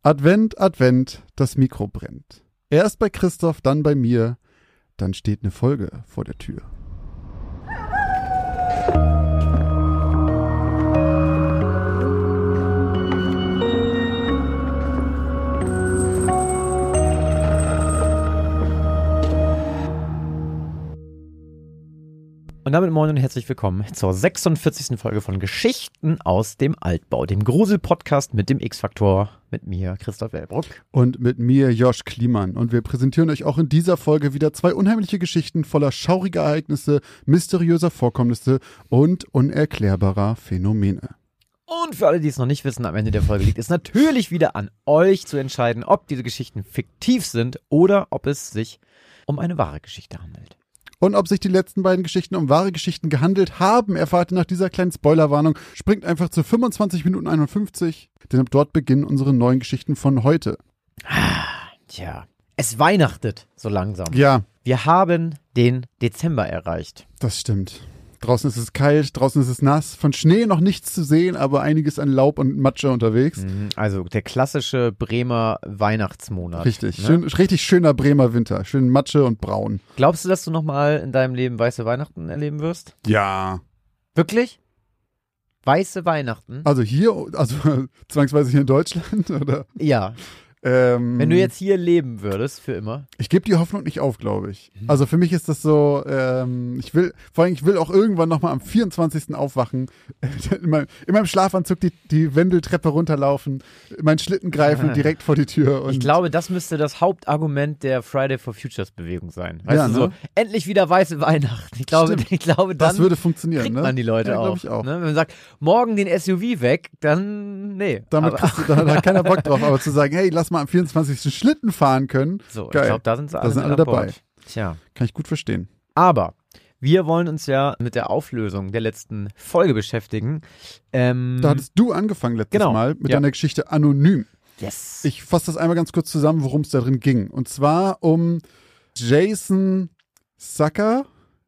Advent, Advent, das Mikro brennt. Erst bei Christoph, dann bei mir, dann steht eine Folge vor der Tür. Und damit moin und herzlich willkommen zur 46. Folge von Geschichten aus dem Altbau, dem Grusel-Podcast mit dem X-Faktor, mit mir, Christoph Wellbrock. Und mit mir, Josh Kliemann. Und wir präsentieren euch auch in dieser Folge wieder zwei unheimliche Geschichten voller schauriger Ereignisse, mysteriöser Vorkommnisse und unerklärbarer Phänomene. Und für alle, die es noch nicht wissen, am Ende der Folge liegt es natürlich wieder an euch zu entscheiden, ob diese Geschichten fiktiv sind oder ob es sich um eine wahre Geschichte handelt. Und ob sich die letzten beiden Geschichten um wahre Geschichten gehandelt haben, erfahrt ihr nach dieser kleinen Spoilerwarnung. Springt einfach zu 25 Minuten 51, denn ab dort beginnen unsere neuen Geschichten von heute. Tja, es weihnachtet so langsam. Ja. Wir haben den Dezember erreicht. Das stimmt. Draußen ist es kalt, draußen ist es nass, von Schnee noch nichts zu sehen, aber einiges an Laub und Matsche unterwegs. Also der klassische Bremer Weihnachtsmonat. Richtig, ne? Richtig schöner Bremer Winter, schön Matsche und braun. Glaubst du, dass du nochmal in deinem Leben weiße Weihnachten erleben wirst? Ja. Wirklich? Weiße Weihnachten? Also zwangsweise hier in Deutschland, oder? Ja. Wenn du jetzt hier leben würdest, für immer. Ich gebe die Hoffnung nicht auf, glaube ich. Also für mich ist das so, ich will auch irgendwann nochmal am 24. aufwachen, in meinem Schlafanzug die Wendeltreppe runterlaufen, meinen Schlitten greifen, direkt vor die Tür. Und ich glaube, das müsste das Hauptargument der Friday for Futures Bewegung sein. Weißt du, so, endlich wieder weiße Weihnachten. Ich glaube, dann das würde funktionieren, kriegt ne? man die Leute ja, auch. Ich auch. Ne? Wenn man sagt, morgen den SUV weg, dann nee. Da hat keiner Bock drauf, aber zu sagen, hey, lass mal am 24. Schlitten fahren können. So, geil. Ich glaube, da sind sie alle dabei. Tja. Kann ich gut verstehen. Aber wir wollen uns ja mit der Auflösung der letzten Folge beschäftigen. Da hattest du angefangen letztes Mal mit deiner Geschichte Anonym. Yes. Ich fasse das einmal ganz kurz zusammen, worum es da drin ging. Und zwar um Jason Zucker,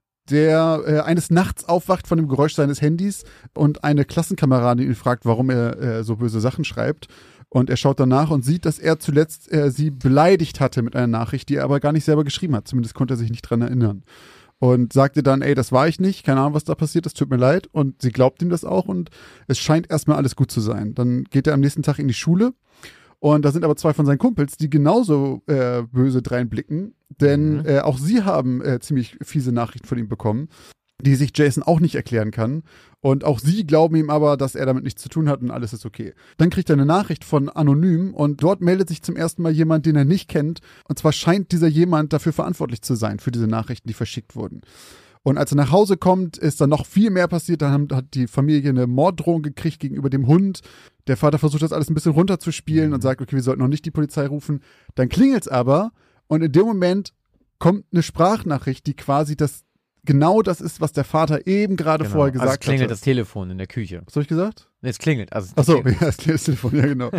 der eines Nachts aufwacht von dem Geräusch seines Handys und eine Klassenkameradin ihn fragt, warum er so böse Sachen schreibt. Und er schaut danach und sieht, dass er zuletzt sie beleidigt hatte mit einer Nachricht, die er aber gar nicht selber geschrieben hat. Zumindest konnte er sich nicht dran erinnern. Und sagte dann, ey, das war ich nicht, keine Ahnung, was da passiert ist, tut mir leid. Und sie glaubt ihm das auch und es scheint erstmal alles gut zu sein. Dann geht er am nächsten Tag in die Schule und da sind aber zwei von seinen Kumpels, die genauso böse dreinblicken, denn auch sie haben ziemlich fiese Nachrichten von ihm bekommen, die sich Jason auch nicht erklären kann. Und auch sie glauben ihm aber, dass er damit nichts zu tun hat und alles ist okay. Dann kriegt er eine Nachricht von Anonym und dort meldet sich zum ersten Mal jemand, den er nicht kennt. Und zwar scheint dieser jemand dafür verantwortlich zu sein, für diese Nachrichten, die verschickt wurden. Und als er nach Hause kommt, ist dann noch viel mehr passiert. Dann hat die Familie eine Morddrohung gekriegt gegenüber dem Hund. Der Vater versucht das alles ein bisschen runterzuspielen und sagt, okay, wir sollten noch nicht die Polizei rufen. Dann klingelt's aber und in dem Moment kommt eine Sprachnachricht, die quasi genau das ist, was der Vater eben gerade vorher gesagt hat. Es klingelt das Telefon in der Küche. Was habe ich gesagt? Nee, es klingelt. Achso, ja, das Telefon, ja genau.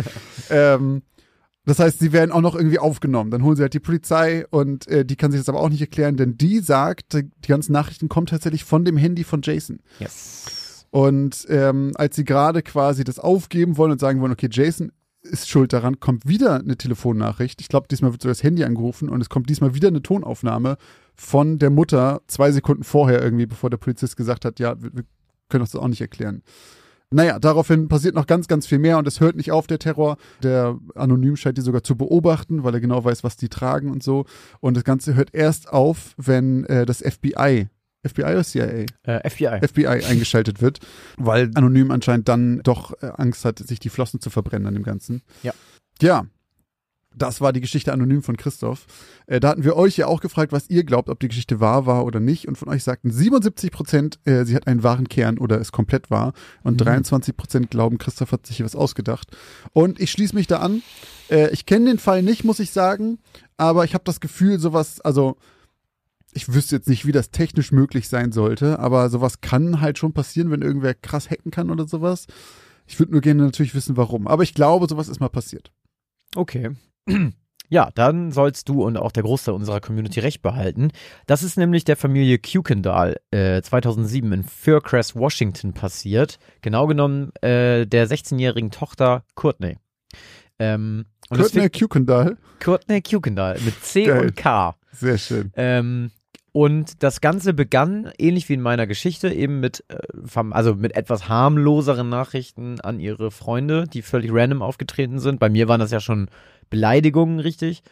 Das heißt, sie werden auch noch irgendwie aufgenommen. Dann holen sie halt die Polizei und die kann sich das aber auch nicht erklären, denn die sagt, die ganzen Nachrichten kommen tatsächlich von dem Handy von Jason. Yes. Und als sie gerade quasi das aufgeben wollen und sagen wollen, okay, Jason ist schuld daran, kommt wieder eine Telefonnachricht. Ich glaube, diesmal wird so das Handy angerufen und es kommt diesmal wieder eine Tonaufnahme von der Mutter 2 Sekunden vorher irgendwie, bevor der Polizist gesagt hat, ja, wir können uns das auch nicht erklären. Naja, daraufhin passiert noch ganz, ganz viel mehr und es hört nicht auf, der Terror. Der Anonym scheint die sogar zu beobachten, weil er genau weiß, was die tragen und so. Und das Ganze hört erst auf, wenn das FBI oder CIA? FBI eingeschaltet wird, weil Anonym anscheinend dann doch Angst hat, sich die Flossen zu verbrennen an dem Ganzen. Ja. Ja, das war die Geschichte Anonym von Christoph. Da hatten wir euch ja auch gefragt, was ihr glaubt, ob die Geschichte wahr war oder nicht. Und von euch sagten 77%, sie hat einen wahren Kern oder ist komplett wahr. Und 23% glauben, Christoph hat sich hier was ausgedacht. Und ich schließe mich da an. Ich kenne den Fall nicht, muss ich sagen. Aber ich habe das Gefühl, sowas, also ich wüsste jetzt nicht, wie das technisch möglich sein sollte. Aber sowas kann halt schon passieren, wenn irgendwer krass hacken kann oder sowas. Ich würde nur gerne natürlich wissen, warum. Aber ich glaube, sowas ist mal passiert. Okay. Ja, dann sollst du und auch der Großteil unserer Community recht behalten. Das ist nämlich der Familie Kuykendall 2007 in Faircrest, Washington passiert. Genau genommen der 16-jährigen Tochter Courtney. Und das Courtney Kuykendall. Courtney Kuykendall mit C Geil. und K. Sehr schön. Und das Ganze begann, ähnlich wie in meiner Geschichte, eben mit etwas harmloseren Nachrichten an ihre Freunde, die völlig random aufgetreten sind. Bei mir waren das ja schon Beleidigungen, richtig.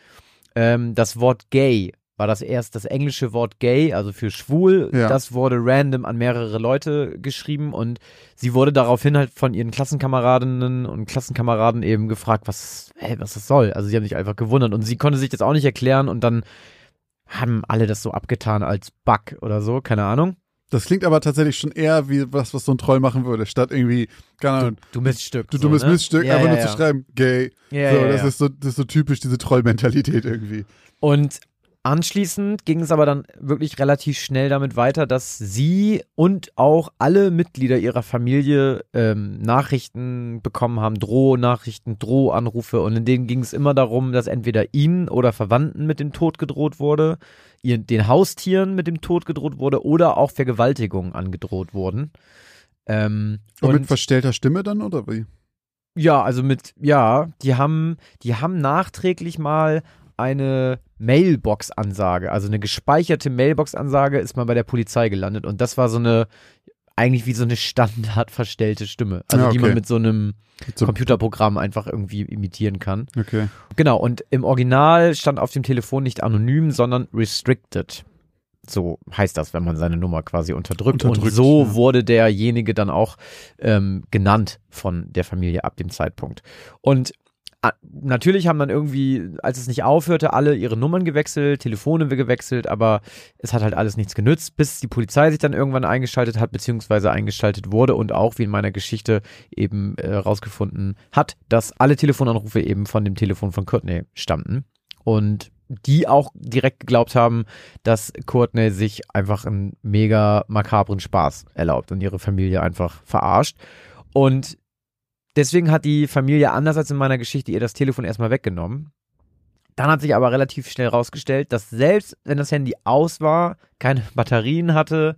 Das Wort gay war das englische Wort gay, also für schwul. Ja. Das wurde random an mehrere Leute geschrieben und sie wurde daraufhin halt von ihren Klassenkameradinnen und Klassenkameraden eben gefragt, was das soll. Also sie haben sich einfach gewundert und sie konnte sich das auch nicht erklären und dann haben alle das so abgetan als Bug oder so, keine Ahnung. Das klingt aber tatsächlich schon eher wie was so ein Troll machen würde, statt irgendwie, keine Ahnung, Du Miststück. du dummes Miststück, Ja, einfach ja, nur zu schreiben, gay. Ja, so, ja, das ja. ist so typisch, diese Trollmentalität irgendwie. Und anschließend ging es aber dann wirklich relativ schnell damit weiter, dass sie und auch alle Mitglieder ihrer Familie Nachrichten bekommen haben, Drohnachrichten, Drohanrufe und in denen ging es immer darum, dass entweder ihnen oder Verwandten mit dem Tod gedroht wurde, den Haustieren mit dem Tod gedroht wurde oder auch Vergewaltigungen angedroht wurden. Und mit verstellter Stimme dann, oder wie? Ja, also die haben nachträglich mal eine Mailbox-Ansage, also eine gespeicherte Mailbox-Ansage ist mal bei der Polizei gelandet und das war eigentlich wie so eine standard verstellte Stimme, also Ja, okay. die man mit so einem So- Computerprogramm einfach irgendwie imitieren kann. Okay. Genau, und im Original stand auf dem Telefon nicht anonym, sondern restricted. So heißt das, wenn man seine Nummer quasi unterdrückt. Und so ja. wurde derjenige dann auch genannt von der Familie ab dem Zeitpunkt. Und natürlich haben dann irgendwie, als es nicht aufhörte, alle ihre Nummern gewechselt, Telefone gewechselt, aber es hat halt alles nichts genützt, bis die Polizei sich dann irgendwann eingeschaltet hat, beziehungsweise eingeschaltet wurde und auch, wie in meiner Geschichte eben rausgefunden hat, dass alle Telefonanrufe eben von dem Telefon von Courtney stammten und die auch direkt geglaubt haben, dass Courtney sich einfach einen mega makabren Spaß erlaubt und ihre Familie einfach verarscht und deswegen hat die Familie, anders als in meiner Geschichte, ihr das Telefon erstmal weggenommen. Dann hat sich aber relativ schnell rausgestellt, dass selbst wenn das Handy aus war, keine Batterien hatte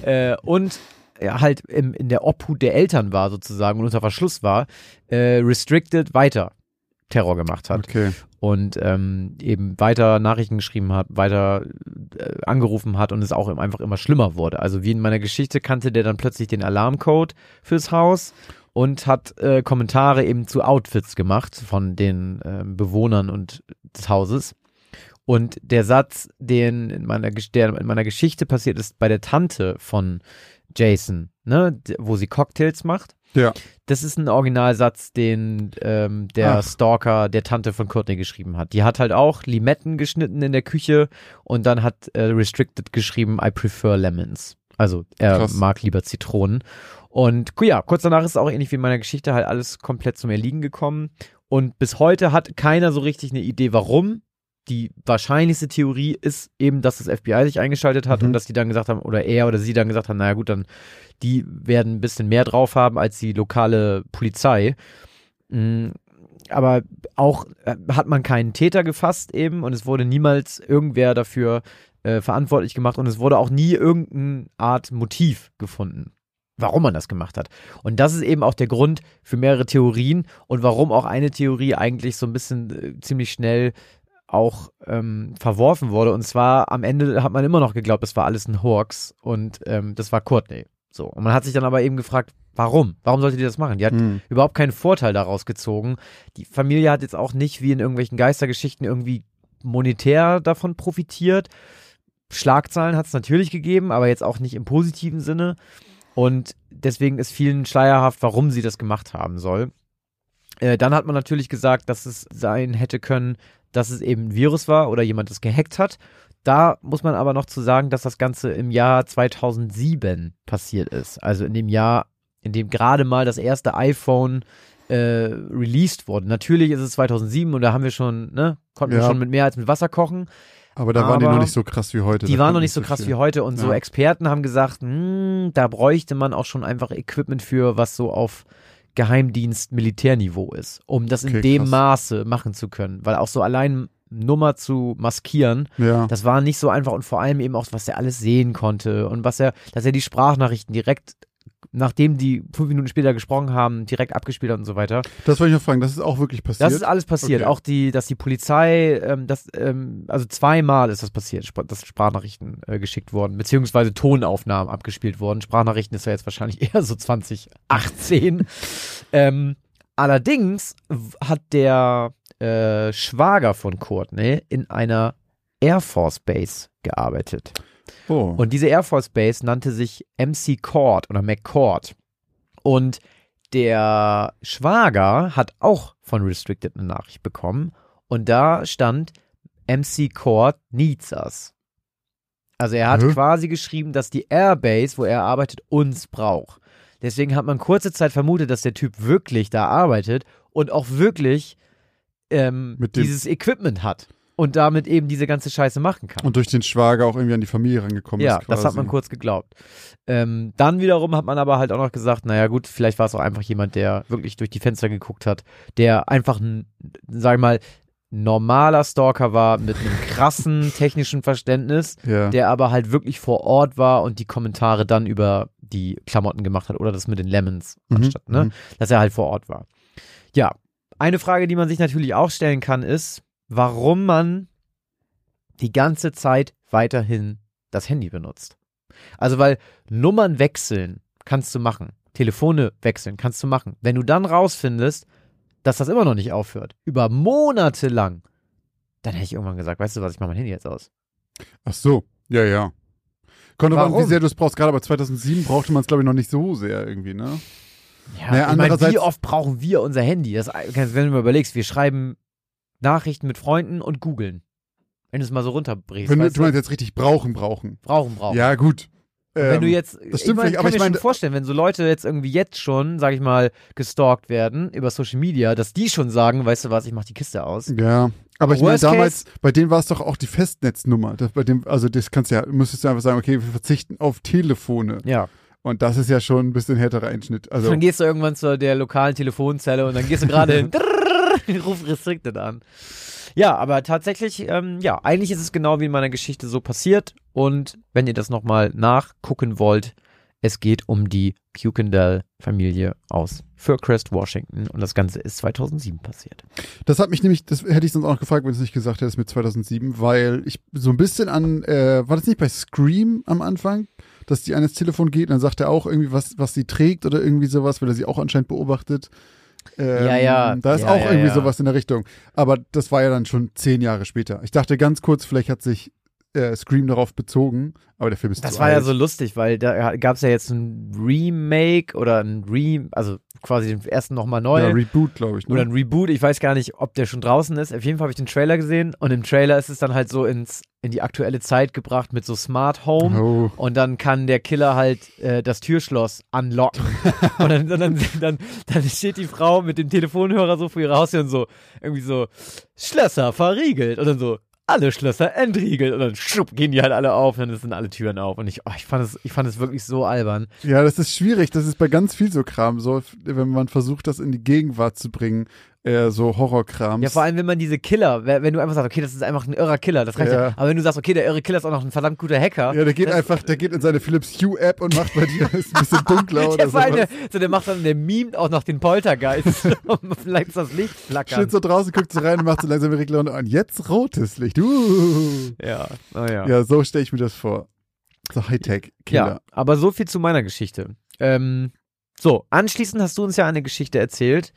und halt in der Obhut der Eltern war sozusagen und unter Verschluss war, restricted weiter Terror gemacht hat. Okay. Und eben weiter Nachrichten geschrieben hat, weiter angerufen hat und es auch einfach immer schlimmer wurde. Also wie in meiner Geschichte kannte der dann plötzlich den Alarmcode fürs Haus und hat Kommentare eben zu Outfits gemacht von den Bewohnern und des Hauses. Und der Satz, der in meiner Geschichte passiert ist bei der Tante von Jason, ne, wo sie Cocktails macht. Ja. Das ist ein Originalsatz, den der Stalker der Tante von Courtney geschrieben hat. Die hat halt auch Limetten geschnitten in der Küche und dann hat Restricted geschrieben, I prefer lemons. Also er mag lieber Zitronen. Und ja, kurz danach ist es auch ähnlich wie in meiner Geschichte halt alles komplett zum Erliegen gekommen. Und bis heute hat keiner so richtig eine Idee, warum. Die wahrscheinlichste Theorie ist eben, dass das FBI sich eingeschaltet hat und dass die dann gesagt haben, oder er oder sie dann gesagt haben, naja gut, dann die werden ein bisschen mehr drauf haben als die lokale Polizei. Aber auch hat man keinen Täter gefasst eben und es wurde niemals irgendwer dafür verantwortlich gemacht und es wurde auch nie irgendeine Art Motiv gefunden, warum man das gemacht hat. Und das ist eben auch der Grund für mehrere Theorien und warum auch eine Theorie eigentlich so ein bisschen ziemlich schnell auch verworfen wurde. Und zwar am Ende hat man immer noch geglaubt, es war alles ein Hoax und das war Courtney. So. Und man hat sich dann aber eben gefragt, warum? Warum sollte die das machen? Die hat überhaupt keinen Vorteil daraus gezogen. Die Familie hat jetzt auch nicht wie in irgendwelchen Geistergeschichten irgendwie monetär davon profitiert. Schlagzeilen hat es natürlich gegeben, aber jetzt auch nicht im positiven Sinne. Und deswegen ist vielen schleierhaft, warum sie das gemacht haben soll. Dann hat man natürlich gesagt, dass es sein hätte können, dass es eben ein Virus war oder jemand das gehackt hat. Da muss man aber noch zu sagen, dass das Ganze im Jahr 2007 passiert ist. Also in dem Jahr, in dem gerade mal das erste iPhone released wurde. Natürlich ist es 2007 und da haben wir schon, konnten wir schon mit mehr als mit Wasser kochen. Aber da waren die noch nicht so krass wie heute. Die waren noch nicht so krass wie heute und so Experten haben gesagt, da bräuchte man auch schon einfach Equipment für, was so auf Geheimdienst-Militärniveau ist, um das in dem Maße machen zu können. Weil auch so allein Nummer zu maskieren, das war nicht so einfach und vor allem eben auch, was er alles sehen konnte und dass er die Sprachnachrichten direkt nachdem die 5 Minuten später gesprochen haben, direkt abgespielt hat und so weiter. Das wollte ich noch fragen, das ist auch wirklich passiert? Das ist alles passiert. Okay. Auch dass die Polizei, also zweimal ist das passiert, dass Sprachnachrichten geschickt wurden, beziehungsweise Tonaufnahmen abgespielt wurden. Sprachnachrichten ist ja jetzt wahrscheinlich eher so 2018. Allerdings hat der Schwager von Courtney in einer Air Force Base gearbeitet. Oh. Und diese Air Force Base nannte sich McCord. Und der Schwager hat auch von Restricted eine Nachricht bekommen. Und da stand, McCord needs us. Also er hat quasi geschrieben, dass die Airbase, wo er arbeitet, uns braucht. Deswegen hat man kurze Zeit vermutet, dass der Typ wirklich da arbeitet und auch wirklich dieses Equipment hat. Und damit eben diese ganze Scheiße machen kann. Und durch den Schwager auch irgendwie an die Familie rangekommen ist. Ja, quasi. das hat man kurz geglaubt. Dann wiederum hat man aber halt auch noch gesagt, naja gut, vielleicht war es auch einfach jemand, der wirklich durch die Fenster geguckt hat, der einfach ein, sag ich mal, normaler Stalker war mit einem krassen technischen Verständnis, der aber halt wirklich vor Ort war und die Kommentare dann über die Klamotten gemacht hat oder das mit den Lemons anstatt, ne? Dass er halt vor Ort war. Ja, eine Frage, die man sich natürlich auch stellen kann, ist, warum man die ganze Zeit weiterhin das Handy benutzt. Also weil Nummern wechseln kannst du machen, Telefone wechseln kannst du machen. Wenn du dann rausfindest, dass das immer noch nicht aufhört, über Monate lang, dann hätte ich irgendwann gesagt, weißt du was, ich mache mein Handy jetzt aus. Ach so, ja. Kommt aber an, Warum? wie sehr du es brauchst. Gerade bei 2007 brauchte man es, glaube ich, noch nicht so sehr irgendwie, ne? Ja, naja, ich meine, andererseits- wie oft brauchen wir unser Handy? Das, wenn du mal überlegst, wir schreiben Nachrichten mit Freunden und googeln. Wenn du es mal so runterbrichst. Wenn du, weißt du meinst jetzt richtig brauchen. Brauchen. Ja, gut. Wenn du jetzt, das stimmt ich nicht, aber kann ich mir schon meine, vorstellen, wenn so Leute jetzt irgendwie jetzt schon, sag ich mal, gestalkt werden über Social Media, dass die schon sagen, weißt du was, ich mach die Kiste aus. ja, aber ich meine, Worst damals, bei denen war es doch auch die Festnetznummer. Das kannst du ja, müsstest du einfach sagen, okay, wir verzichten auf Telefone. Ja. Und das ist ja schon ein bisschen härterer Einschnitt. Also, Dann gehst du irgendwann zu der lokalen Telefonzelle und dann gehst du gerade hin, ruf Restricted an. Ja, aber tatsächlich, eigentlich ist es genau wie in meiner Geschichte so passiert. Und wenn ihr das nochmal nachgucken wollt, es geht um die Kuykendall-Familie aus Fircrest, Washington. Und das Ganze ist 2007 passiert. das hat mich nämlich, das hätte ich sonst auch noch gefragt, wenn du es nicht gesagt hättest mit 2007, weil ich so ein bisschen an, war das nicht bei Scream am Anfang, dass die an das Telefon geht und dann sagt er auch irgendwie, was sie trägt oder irgendwie sowas, weil er sie auch anscheinend beobachtet. Ja. Da ist Ja, auch irgendwie ja. sowas in der Richtung. Aber das war ja dann schon 10 Jahre später. Ich dachte ganz kurz, vielleicht hat sich Scream darauf bezogen, aber der Film ist Das zu war alt. ja so lustig, weil da gab es ja jetzt ein Remake oder also quasi den ersten nochmal neu. Ja, Reboot, glaube ich. Ne? Oder ein Reboot, ich weiß gar nicht, ob der schon draußen ist. Auf jeden Fall habe ich den Trailer gesehen und im Trailer ist es dann halt so in die aktuelle Zeit gebracht mit so Smart Home Oh. und dann kann der Killer halt das Türschloss unlocken. Und dann steht die Frau mit dem Telefonhörer so vor ihrer Haustür und so irgendwie so Schlösser verriegelt und dann so alle Schlösser entriegelt und dann schupp, gehen die halt alle auf und dann sind alle Türen auf und ich fand es wirklich so albern. Ja, das ist schwierig. Das ist bei ganz viel so Kram so, wenn man versucht, das in die Gegenwart zu bringen, so Horrorkrams. Ja, vor allem, wenn man diese Killer, wenn du einfach sagst, okay, das ist einfach ein irrer Killer, das reicht ja. Aber wenn du sagst, okay, der irre Killer ist auch noch ein verdammt guter Hacker. Ja, der geht in seine Philips Hue App und macht bei dir, ist ein bisschen dunkler oder vor allem, sowas. der macht dann, der mimt auch noch den Poltergeist. Vielleicht ist das Licht flackern. Steht so draußen, guckt so rein und macht so langsam die Regler an. Jetzt rotes Licht. Ja, naja. Ja, so stelle ich mir das vor. So Hightech-Killer. Ja, aber so viel zu meiner Geschichte. So, anschließend hast du uns ja eine Geschichte erzählt.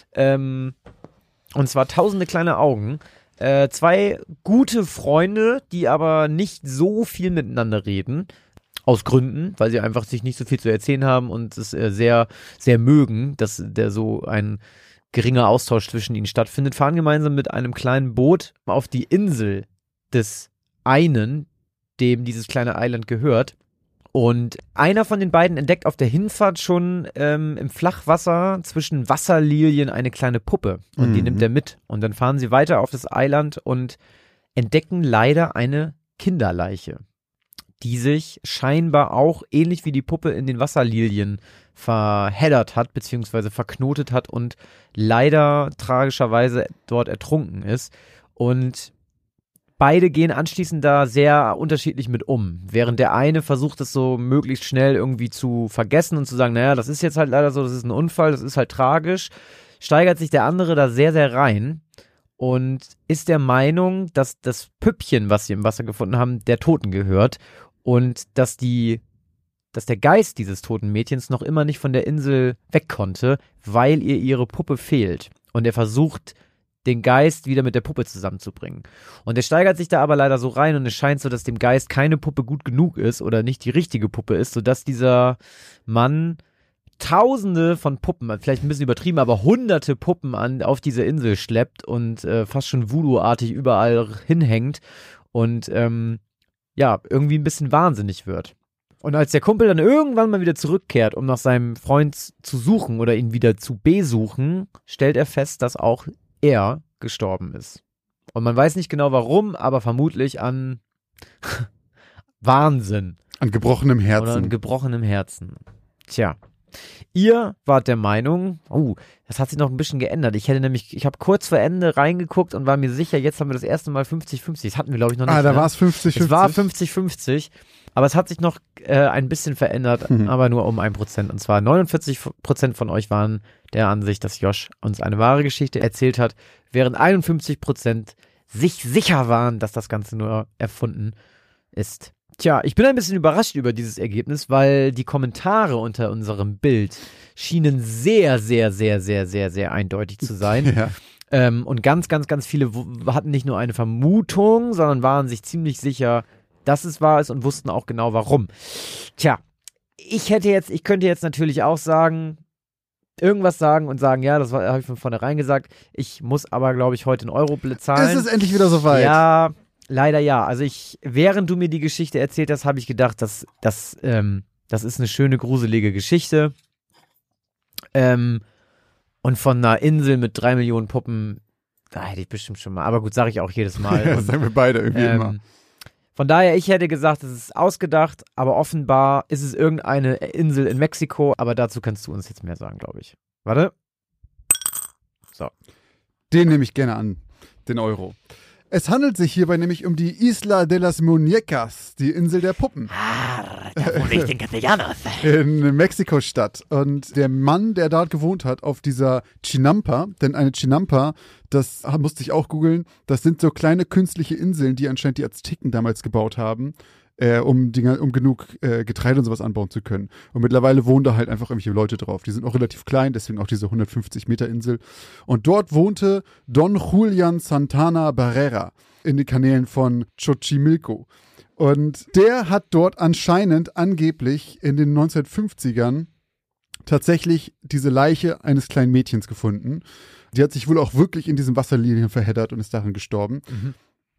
Und zwar Tausende kleine Augen. 2 gute Freunde, die aber nicht so viel miteinander reden. Aus Gründen, weil sie einfach sich nicht so viel zu erzählen haben und es sehr, sehr mögen, dass der so ein geringer Austausch zwischen ihnen stattfindet, fahren gemeinsam mit einem kleinen Boot auf die Insel des einen, dem dieses kleine Island gehört. Und einer von den beiden entdeckt auf der Hinfahrt schon im Flachwasser zwischen Wasserlilien eine kleine Puppe. Und die nimmt er mit. Und dann fahren sie weiter auf das Island und entdecken leider eine Kinderleiche, die sich scheinbar auch ähnlich wie die Puppe in den Wasserlilien verheddert hat, beziehungsweise verknotet hat und leider tragischerweise dort ertrunken ist. Und beide gehen anschließend da sehr unterschiedlich mit um. Während der eine versucht es so möglichst schnell irgendwie zu vergessen und zu sagen, naja, das ist jetzt halt leider so, das ist ein Unfall, das ist halt tragisch, steigert sich der andere da sehr, sehr rein und ist der Meinung, dass das Püppchen, was sie im Wasser gefunden haben, der Toten gehört und dass der Geist dieses toten Mädchens noch immer nicht von der Insel weg konnte, weil ihr ihre Puppe fehlt. Und er versucht, den Geist wieder mit der Puppe zusammenzubringen. Und er steigert sich da aber leider so rein und es scheint so, dass dem Geist keine Puppe gut genug ist oder nicht die richtige Puppe ist, sodass dieser Mann Tausende von Puppen, vielleicht ein bisschen übertrieben, aber hunderte Puppen auf diese Insel schleppt und fast schon Voodoo-artig überall hinhängt und irgendwie ein bisschen wahnsinnig wird. Und als der Kumpel dann irgendwann mal wieder zurückkehrt, um nach seinem Freund zu suchen oder ihn wieder zu besuchen, stellt er fest, dass auch er gestorben ist. Und man weiß nicht genau warum, aber vermutlich an Wahnsinn. An gebrochenem Herzen. Oder an gebrochenem Herzen. Tja. Ihr wart der Meinung, das hat sich noch ein bisschen geändert. Ich habe kurz vor Ende reingeguckt und war mir sicher, jetzt haben wir das erste Mal 50-50. Das hatten wir, glaube ich, noch nicht. Da war es 50-50. Es war 50-50, aber es hat sich noch ein bisschen verändert, aber nur um 1%. Und zwar 49% von euch waren der Ansicht, dass Josh uns eine wahre Geschichte erzählt hat, während 51% sich sicher waren, dass das Ganze nur erfunden ist. Tja, ich bin ein bisschen überrascht über dieses Ergebnis, weil die Kommentare unter unserem Bild schienen sehr, sehr, sehr, sehr, sehr, sehr eindeutig zu sein. Ja. Und ganz, ganz, ganz viele hatten nicht nur eine Vermutung, sondern waren sich ziemlich sicher, dass es wahr ist und wussten auch genau warum. Tja, ich könnte jetzt natürlich auch irgendwas sagen und sagen, ja, das habe ich von vornherein gesagt. Ich muss aber, glaube ich, heute einen Euro bezahlen. Es ist endlich wieder soweit. Ja, leider ja. Also während du mir die Geschichte erzählt hast, habe ich gedacht, das ist eine schöne, gruselige Geschichte. Und von einer Insel mit 3 Millionen Puppen, da hätte ich bestimmt schon mal. Aber gut, sage ich auch jedes Mal. Ja, das sagen wir beide irgendwie immer. Von daher, ich hätte gesagt, es ist ausgedacht, aber offenbar ist es irgendeine Insel in Mexiko. Aber dazu kannst du uns jetzt mehr sagen, glaube ich. Warte. So. Den nehme ich gerne an, den Euro. Es handelt sich hierbei nämlich um die Isla de las Muñecas, die Insel der Puppen. Da wohne ich den Castellanos. In Mexiko-Stadt. Und der Mann, der dort gewohnt hat, auf dieser Chinampa, denn eine Chinampa, das musste ich auch googeln, das sind so kleine künstliche Inseln, die anscheinend die Azteken damals gebaut haben, um genug Getreide und sowas anbauen zu können. Und mittlerweile wohnen da halt einfach irgendwelche Leute drauf. Die sind auch relativ klein, deswegen auch diese 150-Meter-Insel. Und dort wohnte Don Julian Santana Barrera in den Kanälen von Xochimilco. Und der hat dort angeblich in den 1950ern tatsächlich diese Leiche eines kleinen Mädchens gefunden. Die hat sich wohl auch wirklich in diesen Wasserlinien verheddert und ist daran gestorben. Mhm.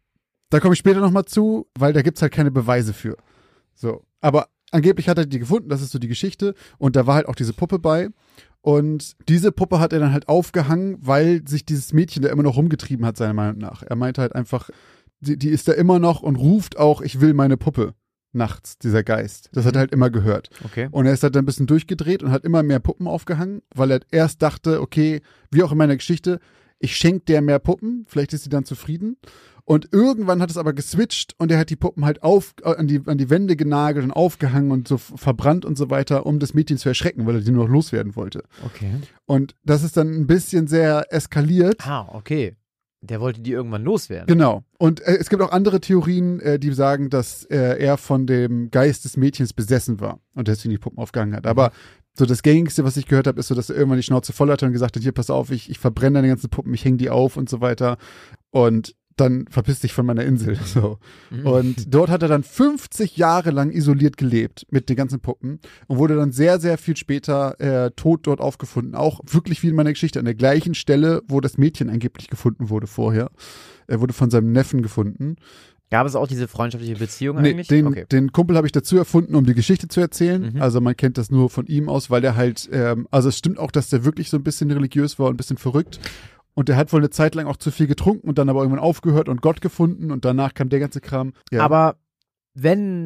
Da komme ich später nochmal zu, weil da gibt es halt keine Beweise für. So. Aber angeblich hat er die gefunden, das ist so die Geschichte. Und da war halt auch diese Puppe bei. Und diese Puppe hat er dann halt aufgehangen, weil sich dieses Mädchen da immer noch rumgetrieben hat, seiner Meinung nach. Er meinte halt einfach, die ist da immer noch und ruft auch, ich will meine Puppe. Nachts, dieser Geist. Das hat er halt immer gehört. Okay. Und er ist halt dann ein bisschen durchgedreht und hat immer mehr Puppen aufgehangen, weil er erst dachte, okay, wie auch in meiner Geschichte, ich schenke der mehr Puppen, vielleicht ist sie dann zufrieden. Und irgendwann hat es aber geswitcht und er hat die Puppen halt an die Wände genagelt und aufgehangen und so verbrannt und so weiter, um das Mädchen zu erschrecken, weil er die nur noch loswerden wollte. Okay. Und das ist dann ein bisschen sehr eskaliert. Okay. Der wollte die irgendwann loswerden. Genau. Und es gibt auch andere Theorien, die sagen, dass er von dem Geist des Mädchens besessen war und deswegen die Puppen aufgehangen hat. Aber so das Gängigste, was ich gehört habe, ist so, dass er irgendwann die Schnauze voll hatte und gesagt hat, hier, pass auf, ich verbrenne deine ganzen Puppen, ich hänge die auf und so weiter. Und dann verpiss dich von meiner Insel. So. Und dort hat er dann 50 Jahre lang isoliert gelebt mit den ganzen Puppen und wurde dann sehr, sehr viel später tot dort aufgefunden. Auch wirklich wie in meiner Geschichte, an der gleichen Stelle, wo das Mädchen angeblich gefunden wurde vorher. Er wurde von seinem Neffen gefunden. Gab es auch diese freundschaftliche Beziehung Nee, eigentlich? den Kumpel habe ich dazu erfunden, um die Geschichte zu erzählen. Also man kennt das nur von ihm aus, weil der halt, also es stimmt auch, dass der wirklich so ein bisschen religiös war und ein bisschen verrückt. Und der hat wohl eine Zeit lang auch zu viel getrunken und dann aber irgendwann aufgehört und Gott gefunden und danach kam der ganze Kram. Ja. Aber wenn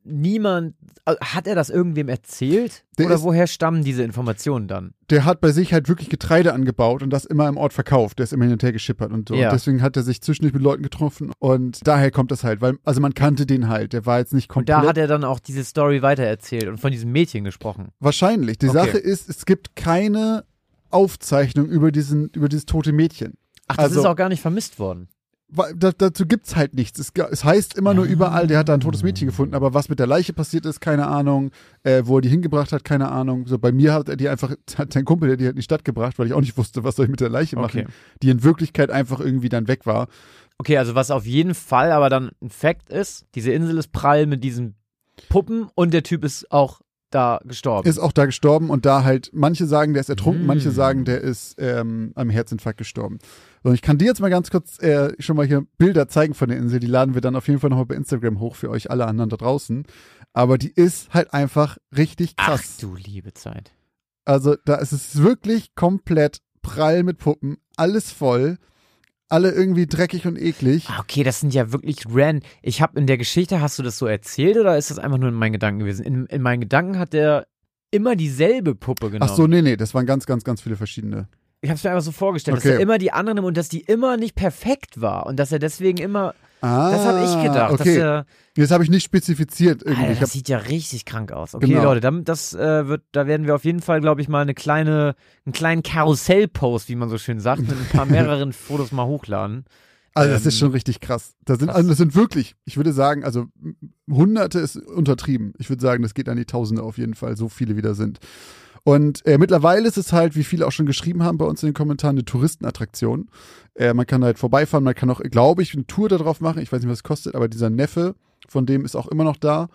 niemand, hat er das irgendwem erzählt? Oder woher stammen diese Informationen dann? Der hat bei sich halt wirklich Getreide angebaut und das immer im Ort verkauft. Der ist immer hin und her geschippert und so. Ja. Und deswegen hat er sich zwischendurch mit Leuten getroffen und daher kommt das halt, weil, also man kannte den halt, der war jetzt nicht komplett. Und da hat er dann auch diese Story weitererzählt und von diesem Mädchen gesprochen. Wahrscheinlich. Die Sache ist, es gibt keine Aufzeichnung über dieses tote Mädchen. Ach, das ist auch gar nicht vermisst worden. Dazu gibt's halt nichts. Es heißt immer nur überall, der hat da ein totes Mädchen gefunden, aber was mit der Leiche passiert ist, keine Ahnung. Wo er die hingebracht hat, keine Ahnung. So, bei mir hat sein Kumpel, der die hat in die Stadt gebracht, weil ich auch nicht wusste, was soll ich mit der Leiche machen, die in Wirklichkeit einfach irgendwie dann weg war. Okay, also was auf jeden Fall aber dann ein Fact ist, diese Insel ist prall mit diesen Puppen und der Typ ist auch da gestorben. Ist auch da gestorben und da halt, manche sagen, der ist ertrunken, manche sagen, der ist am Herzinfarkt gestorben. So, ich kann dir jetzt mal ganz kurz schon mal hier Bilder zeigen von der Insel. Die laden wir dann auf jeden Fall nochmal bei Instagram hoch für euch alle anderen da draußen. Aber die ist halt einfach richtig krass. Ach du liebe Zeit. Also da ist es wirklich komplett prall mit Puppen, alles voll. Alle irgendwie dreckig und eklig. Okay, das sind ja wirklich Ich habe in der Geschichte, hast du das so erzählt oder ist das einfach nur in meinen Gedanken gewesen? In meinen Gedanken hat der immer dieselbe Puppe genommen. Ach so, nee, das waren ganz, ganz, ganz viele verschiedene. Ich habe es mir einfach so vorgestellt, dass er immer die andere nimmt und dass die immer nicht perfekt war und dass er deswegen immer. Das habe ich gedacht. Okay. Dass das habe ich nicht spezifiziert irgendwie. Alter, das sieht ja richtig krank aus. Okay, genau. Leute, da werden wir auf jeden Fall, glaube ich, mal einen kleinen Karussell-Post, wie man so schön sagt, mit ein paar mehreren Fotos mal hochladen. Also das ist schon richtig krass. Das sind wirklich, ich würde sagen, also Hunderte ist untertrieben. Ich würde sagen, das geht an die Tausende auf jeden Fall, so viele wie da sind. Und mittlerweile ist es halt, wie viele auch schon geschrieben haben bei uns in den Kommentaren, eine Touristenattraktion. Man kann halt vorbeifahren, man kann auch, glaube ich, eine Tour da drauf machen. Ich weiß nicht, was es kostet, aber dieser Neffe, von dem ist auch immer noch da.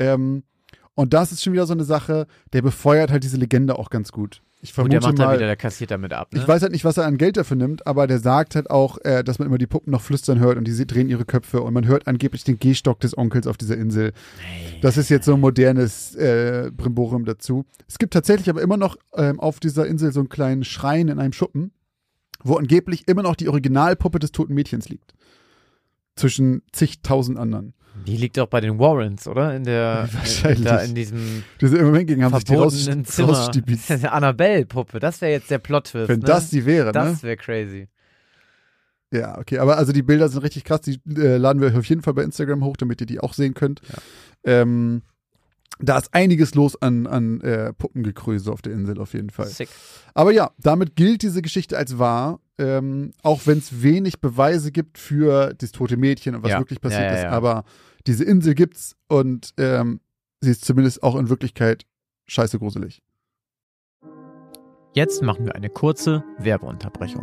Und das ist schon wieder so eine Sache, der befeuert halt diese Legende auch ganz gut. Ich vermute und der macht mal, dann wieder, der kassiert damit ab. Ne? Ich weiß halt nicht, was er an Geld dafür nimmt, aber der sagt halt auch, dass man immer die Puppen noch flüstern hört und die drehen ihre Köpfe und man hört angeblich den Gehstock des Onkels auf dieser Insel. Das ist jetzt so ein modernes Brimborium dazu. Es gibt tatsächlich aber immer noch auf dieser Insel so einen kleinen Schrein in einem Schuppen, wo angeblich immer noch die Originalpuppe des toten Mädchens liegt. Zwischen zigtausend anderen. Die liegt doch bei den Warrens, oder? Wahrscheinlich. In diesem diese im Moment haben sich die rausstibitzt. Das ist eine Annabelle-Puppe. Das wäre jetzt der Plot-Twist. Wenn das die wäre, das wäre crazy. Ja, okay. Aber also die Bilder sind richtig krass. Die laden wir auf jeden Fall bei Instagram hoch, damit ihr die auch sehen könnt. Ja. Da ist einiges los an Puppengekröse auf der Insel auf jeden Fall. Sick. Aber ja, damit gilt diese Geschichte als wahr, auch wenn es wenig Beweise gibt für das tote Mädchen und was wirklich passiert ist. Aber diese Insel gibt's und sie ist zumindest auch in Wirklichkeit scheiße gruselig. Jetzt machen wir eine kurze Werbeunterbrechung.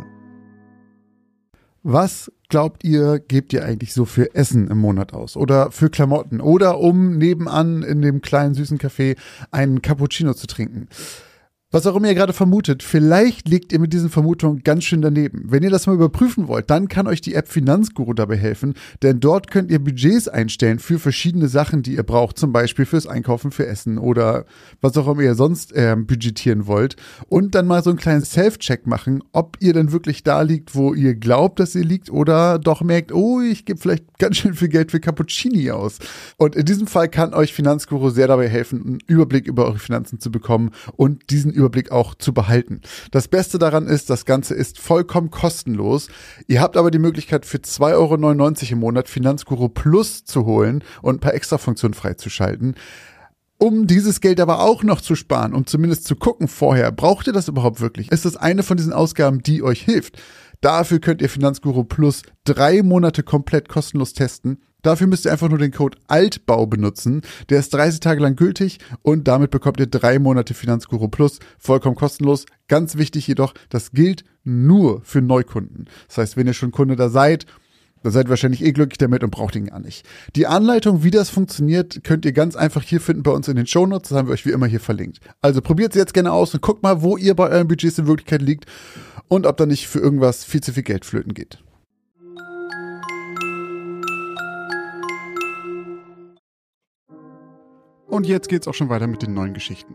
Was glaubt ihr, gebt ihr eigentlich so für Essen im Monat aus? Oder für Klamotten? Oder um nebenan in dem kleinen süßen Café einen Cappuccino zu trinken? Was auch immer ihr gerade vermutet, vielleicht liegt ihr mit diesen Vermutungen ganz schön daneben. Wenn ihr das mal überprüfen wollt, dann kann euch die App Finanzguru dabei helfen, denn dort könnt ihr Budgets einstellen für verschiedene Sachen, die ihr braucht, zum Beispiel fürs Einkaufen, für Essen oder was auch immer ihr sonst budgetieren wollt und dann mal so einen kleinen Self-Check machen, ob ihr denn wirklich da liegt, wo ihr glaubt, dass ihr liegt oder doch merkt, oh, ich gebe vielleicht ganz schön viel Geld für Cappuccini aus. Und in diesem Fall kann euch Finanzguru sehr dabei helfen, einen Überblick über eure Finanzen zu bekommen und diesen Überblick auch zu behalten. Das Beste daran ist, das Ganze ist vollkommen kostenlos. Ihr habt aber die Möglichkeit für 2,99 € im Monat Finanzguru Plus zu holen und ein paar Extrafunktionen freizuschalten. Um dieses Geld aber auch noch zu sparen, um zumindest zu gucken vorher, braucht ihr das überhaupt wirklich? Ist das eine von diesen Ausgaben, die euch hilft? Dafür könnt ihr Finanzguru Plus 3 Monate komplett kostenlos testen. Dafür müsst ihr einfach nur den Code ALTBAU benutzen. Der ist 30 Tage lang gültig und damit bekommt ihr 3 Monate Finanzguru Plus vollkommen kostenlos. Ganz wichtig jedoch, das gilt nur für Neukunden. Das heißt, wenn ihr schon Kunde da seid, dann seid ihr wahrscheinlich glücklich damit und braucht ihn gar nicht. Die Anleitung, wie das funktioniert, könnt ihr ganz einfach hier finden bei uns in den Shownotes. Das haben wir euch wie immer hier verlinkt. Also probiert es jetzt gerne aus und guckt mal, wo ihr bei euren Budgets in Wirklichkeit liegt und ob da nicht für irgendwas viel zu viel Geld flöten geht. Und jetzt geht's auch schon weiter mit den neuen Geschichten.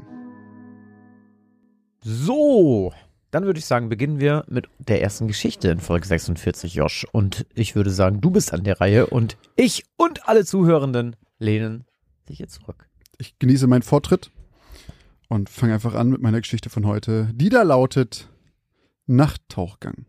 So, dann würde ich sagen, beginnen wir mit der ersten Geschichte in Folge 46, Josh. Und ich würde sagen, du bist an der Reihe und ich und alle Zuhörenden lehnen sich jetzt zurück. Ich genieße meinen Vortritt und fange einfach an mit meiner Geschichte von heute, die da lautet Nachttauchgang.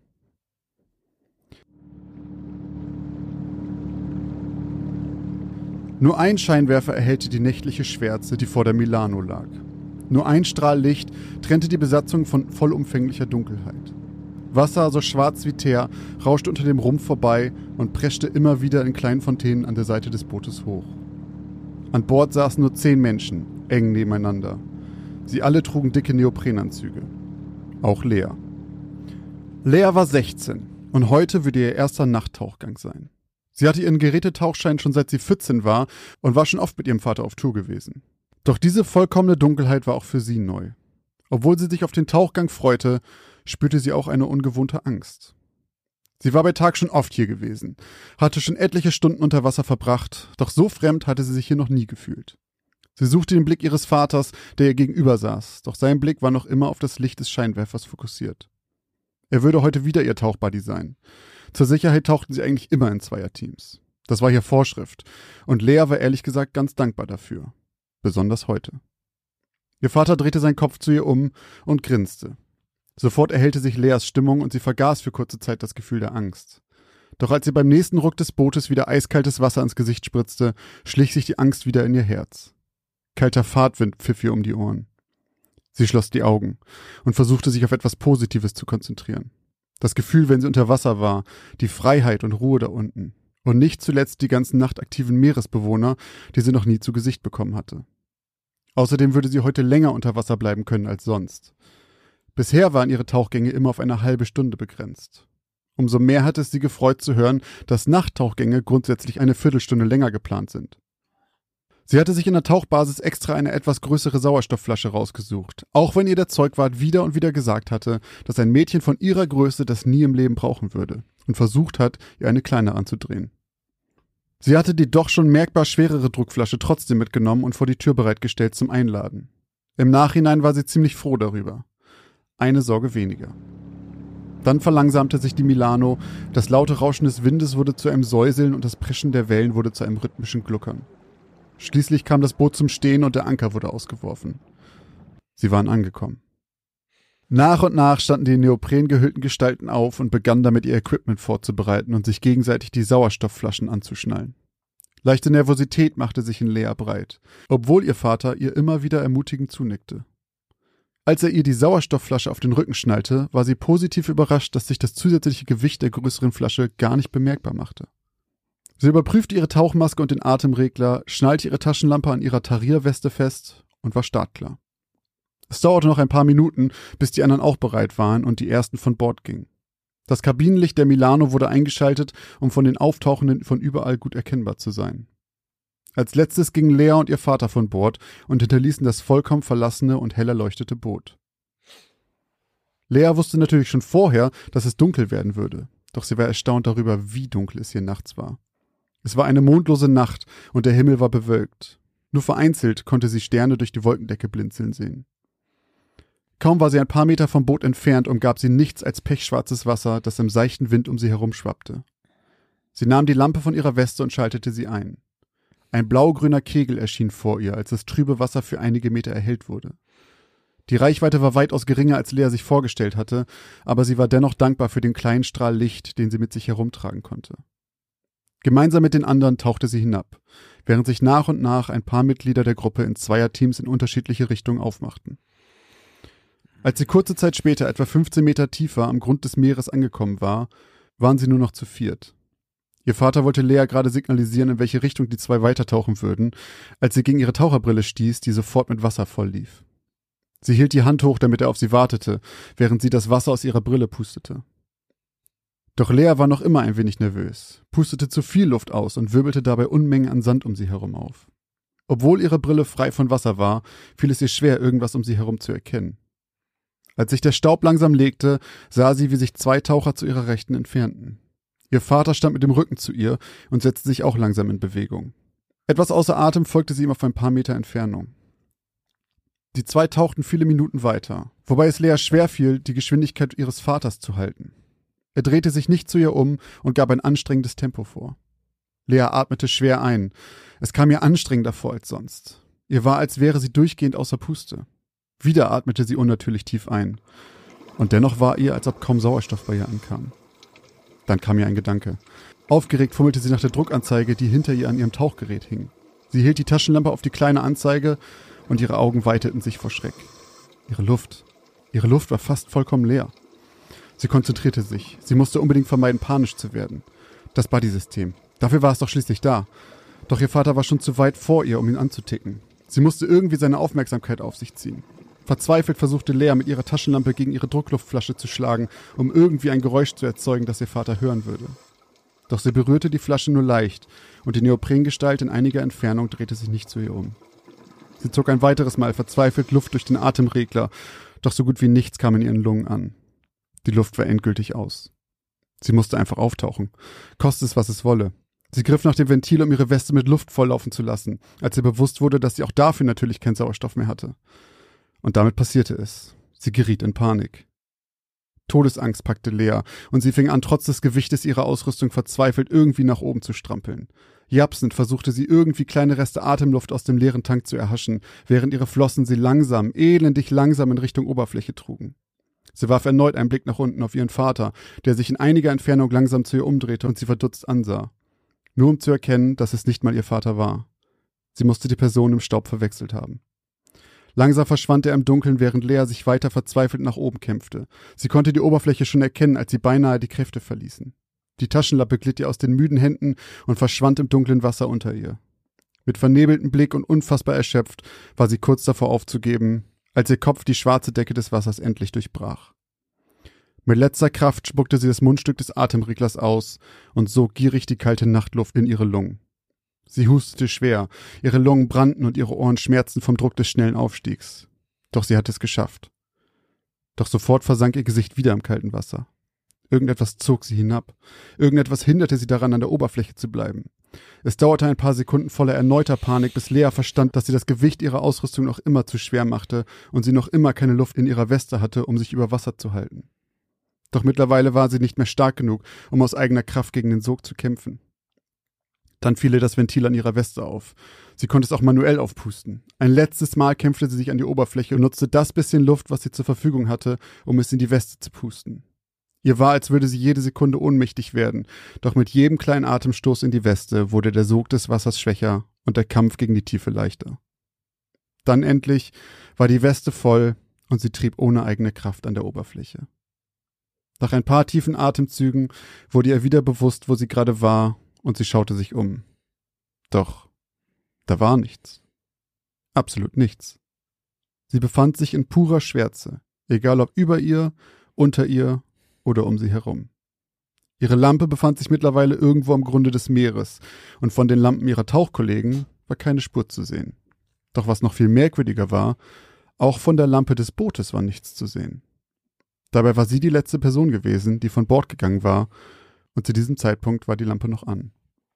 Nur ein Scheinwerfer erhellte die nächtliche Schwärze, die vor der Milano lag. Nur ein Strahl Licht trennte die Besatzung von vollumfänglicher Dunkelheit. Wasser, so schwarz wie Teer, rauschte unter dem Rumpf vorbei und preschte immer wieder in kleinen Fontänen an der Seite des Bootes hoch. An Bord saßen nur 10 Menschen, eng nebeneinander. Sie alle trugen dicke Neoprenanzüge. Auch Lea. Lea war 16 und heute würde ihr erster Nachttauchgang sein. Sie hatte ihren Gerätetauchschein schon seit sie 14 war und war schon oft mit ihrem Vater auf Tour gewesen. Doch diese vollkommene Dunkelheit war auch für sie neu. Obwohl sie sich auf den Tauchgang freute, spürte sie auch eine ungewohnte Angst. Sie war bei Tag schon oft hier gewesen, hatte schon etliche Stunden unter Wasser verbracht, doch so fremd hatte sie sich hier noch nie gefühlt. Sie suchte den Blick ihres Vaters, der ihr gegenüber saß, doch sein Blick war noch immer auf das Licht des Scheinwerfers fokussiert. Er würde heute wieder ihr Tauchbuddy sein. Zur Sicherheit tauchten sie eigentlich immer in Zweierteams. Das war hier Vorschrift, und Lea war ehrlich gesagt ganz dankbar dafür. Besonders heute. Ihr Vater drehte seinen Kopf zu ihr um und grinste. Sofort erhellte sich Leas Stimmung und sie vergaß für kurze Zeit das Gefühl der Angst. Doch als sie beim nächsten Ruck des Bootes wieder eiskaltes Wasser ins Gesicht spritzte, schlich sich die Angst wieder in ihr Herz. Kalter Fahrtwind pfiff ihr um die Ohren. Sie schloss die Augen und versuchte sich auf etwas Positives zu konzentrieren. Das Gefühl, wenn sie unter Wasser war, die Freiheit und Ruhe da unten. Und nicht zuletzt die ganzen nachtaktiven Meeresbewohner, die sie noch nie zu Gesicht bekommen hatte. Außerdem würde sie heute länger unter Wasser bleiben können als sonst. Bisher waren ihre Tauchgänge immer auf eine halbe Stunde begrenzt. Umso mehr hat es sie gefreut zu hören, dass Nachttauchgänge grundsätzlich eine Viertelstunde länger geplant sind. Sie hatte sich in der Tauchbasis extra eine etwas größere Sauerstoffflasche rausgesucht, auch wenn ihr der Zeugwart wieder und wieder gesagt hatte, dass ein Mädchen von ihrer Größe das nie im Leben brauchen würde und versucht hat, ihr eine kleine anzudrehen. Sie hatte die doch schon merkbar schwerere Druckflasche trotzdem mitgenommen und vor die Tür bereitgestellt zum Einladen. Im Nachhinein war sie ziemlich froh darüber. Eine Sorge weniger. Dann verlangsamte sich die Milano, das laute Rauschen des Windes wurde zu einem Säuseln und das Preschen der Wellen wurde zu einem rhythmischen Gluckern. Schließlich kam das Boot zum Stehen und der Anker wurde ausgeworfen. Sie waren angekommen. Nach und nach standen die neoprengehüllten Gestalten auf und begannen damit ihr Equipment vorzubereiten und sich gegenseitig die Sauerstoffflaschen anzuschnallen. Leichte Nervosität machte sich in Lea breit, obwohl ihr Vater ihr immer wieder ermutigend zunickte. Als er ihr die Sauerstoffflasche auf den Rücken schnallte, war sie positiv überrascht, dass sich das zusätzliche Gewicht der größeren Flasche gar nicht bemerkbar machte. Sie überprüfte ihre Tauchmaske und den Atemregler, schnallte ihre Taschenlampe an ihrer Tarierweste fest und war startklar. Es dauerte noch ein paar Minuten, bis die anderen auch bereit waren und die ersten von Bord gingen. Das Kabinenlicht der Milano wurde eingeschaltet, um von den Auftauchenden von überall gut erkennbar zu sein. Als letztes gingen Lea und ihr Vater von Bord und hinterließen das vollkommen verlassene und hell erleuchtete Boot. Lea wusste natürlich schon vorher, dass es dunkel werden würde, doch sie war erstaunt darüber, wie dunkel es hier nachts war. Es war eine mondlose Nacht und der Himmel war bewölkt. Nur vereinzelt konnte sie Sterne durch die Wolkendecke blinzeln sehen. Kaum war sie ein paar Meter vom Boot entfernt, umgab sie nichts als pechschwarzes Wasser, das im seichten Wind um sie herum schwappte. Sie nahm die Lampe von ihrer Weste und schaltete sie ein. Ein blaugrüner Kegel erschien vor ihr, als das trübe Wasser für einige Meter erhellt wurde. Die Reichweite war weitaus geringer, als Lea sich vorgestellt hatte, aber sie war dennoch dankbar für den kleinen Strahl Licht, den sie mit sich herumtragen konnte. Gemeinsam mit den anderen tauchte sie hinab, während sich nach und nach ein paar Mitglieder der Gruppe in Zweierteams in unterschiedliche Richtungen aufmachten. Als sie kurze Zeit später, etwa 15 Meter tiefer am Grund des Meeres angekommen war, waren sie nur noch zu viert. Ihr Vater wollte Lea gerade signalisieren, in welche Richtung die zwei weitertauchen würden, als sie gegen ihre Taucherbrille stieß, die sofort mit Wasser voll lief. Sie hielt die Hand hoch, damit er auf sie wartete, während sie das Wasser aus ihrer Brille pustete. Doch Lea war noch immer ein wenig nervös, pustete zu viel Luft aus und wirbelte dabei Unmengen an Sand um sie herum auf. Obwohl ihre Brille frei von Wasser war, fiel es ihr schwer, irgendwas um sie herum zu erkennen. Als sich der Staub langsam legte, sah sie, wie sich zwei Taucher zu ihrer Rechten entfernten. Ihr Vater stand mit dem Rücken zu ihr und setzte sich auch langsam in Bewegung. Etwas außer Atem folgte sie ihm auf ein paar Meter Entfernung. Die zwei tauchten viele Minuten weiter, wobei es Lea schwer fiel, die Geschwindigkeit ihres Vaters zu halten. Er drehte sich nicht zu ihr um und gab ein anstrengendes Tempo vor. Lea atmete schwer ein. Es kam ihr anstrengender vor als sonst. Ihr war, als wäre sie durchgehend außer Puste. Wieder atmete sie unnatürlich tief ein. Und dennoch war ihr, als ob kaum Sauerstoff bei ihr ankam. Dann kam ihr ein Gedanke. Aufgeregt fummelte sie nach der Druckanzeige, die hinter ihr an ihrem Tauchgerät hing. Sie hielt die Taschenlampe auf die kleine Anzeige und ihre Augen weiteten sich vor Schreck. Ihre Luft war fast vollkommen leer. Sie konzentrierte sich. Sie musste unbedingt vermeiden, panisch zu werden. Das Buddy-System. Dafür war es doch schließlich da. Doch ihr Vater war schon zu weit vor ihr, um ihn anzuticken. Sie musste irgendwie seine Aufmerksamkeit auf sich ziehen. Verzweifelt versuchte Lea mit ihrer Taschenlampe gegen ihre Druckluftflasche zu schlagen, um irgendwie ein Geräusch zu erzeugen, das ihr Vater hören würde. Doch sie berührte die Flasche nur leicht und die Neoprengestalt in einiger Entfernung drehte sich nicht zu ihr um. Sie zog ein weiteres Mal verzweifelt Luft durch den Atemregler, doch so gut wie nichts kam in ihren Lungen an. Die Luft war endgültig aus. Sie musste einfach auftauchen, koste es, was es wolle. Sie griff nach dem Ventil, um ihre Weste mit Luft volllaufen zu lassen, als ihr bewusst wurde, dass sie auch dafür natürlich keinen Sauerstoff mehr hatte. Und damit passierte es. Sie geriet in Panik. Todesangst packte Lea und sie fing an, trotz des Gewichtes ihrer Ausrüstung verzweifelt irgendwie nach oben zu strampeln. Japsend versuchte sie irgendwie kleine Reste Atemluft aus dem leeren Tank zu erhaschen, während ihre Flossen sie langsam, elendig langsam in Richtung Oberfläche trugen. Sie warf erneut einen Blick nach unten auf ihren Vater, der sich in einiger Entfernung langsam zu ihr umdrehte und sie verdutzt ansah. Nur um zu erkennen, dass es nicht mal ihr Vater war. Sie musste die Person im Staub verwechselt haben. Langsam verschwand er im Dunkeln, während Lea sich weiter verzweifelt nach oben kämpfte. Sie konnte die Oberfläche schon erkennen, als sie beinahe die Kräfte verließen. Die Taschenlampe glitt ihr aus den müden Händen und verschwand im dunklen Wasser unter ihr. Mit vernebeltem Blick und unfassbar erschöpft war sie kurz davor aufzugeben, als ihr Kopf die schwarze Decke des Wassers endlich durchbrach. Mit letzter Kraft spuckte sie das Mundstück des Atemreglers aus und sog gierig die kalte Nachtluft in ihre Lungen. Sie hustete schwer, ihre Lungen brannten und ihre Ohren schmerzten vom Druck des schnellen Aufstiegs. Doch sie hatte es geschafft. Doch sofort versank ihr Gesicht wieder im kalten Wasser. Irgendetwas zog sie hinab. Irgendetwas hinderte sie daran, an der Oberfläche zu bleiben. Es dauerte ein paar Sekunden voller erneuter Panik, bis Lea verstand, dass sie das Gewicht ihrer Ausrüstung noch immer zu schwer machte und sie noch immer keine Luft in ihrer Weste hatte, um sich über Wasser zu halten. Doch mittlerweile war sie nicht mehr stark genug, um aus eigener Kraft gegen den Sog zu kämpfen. Dann fiel ihr das Ventil an ihrer Weste auf. Sie konnte es auch manuell aufpusten. Ein letztes Mal kämpfte sie sich an die Oberfläche und nutzte das bisschen Luft, was sie zur Verfügung hatte, um es in die Weste zu pusten. Ihr war, als würde sie jede Sekunde ohnmächtig werden, doch mit jedem kleinen Atemstoß in die Weste wurde der Sog des Wassers schwächer und der Kampf gegen die Tiefe leichter. Dann endlich war die Weste voll und sie trieb ohne eigene Kraft an der Oberfläche. Nach ein paar tiefen Atemzügen wurde ihr wieder bewusst, wo sie gerade war, und sie schaute sich um. Doch da war nichts. Absolut nichts. Sie befand sich in purer Schwärze, egal ob über ihr, unter ihr oder um sie herum. Ihre Lampe befand sich mittlerweile irgendwo am Grunde des Meeres, und von den Lampen ihrer Tauchkollegen war keine Spur zu sehen. Doch was noch viel merkwürdiger war, auch von der Lampe des Bootes war nichts zu sehen. Dabei war sie die letzte Person gewesen, die von Bord gegangen war, und zu diesem Zeitpunkt war die Lampe noch an.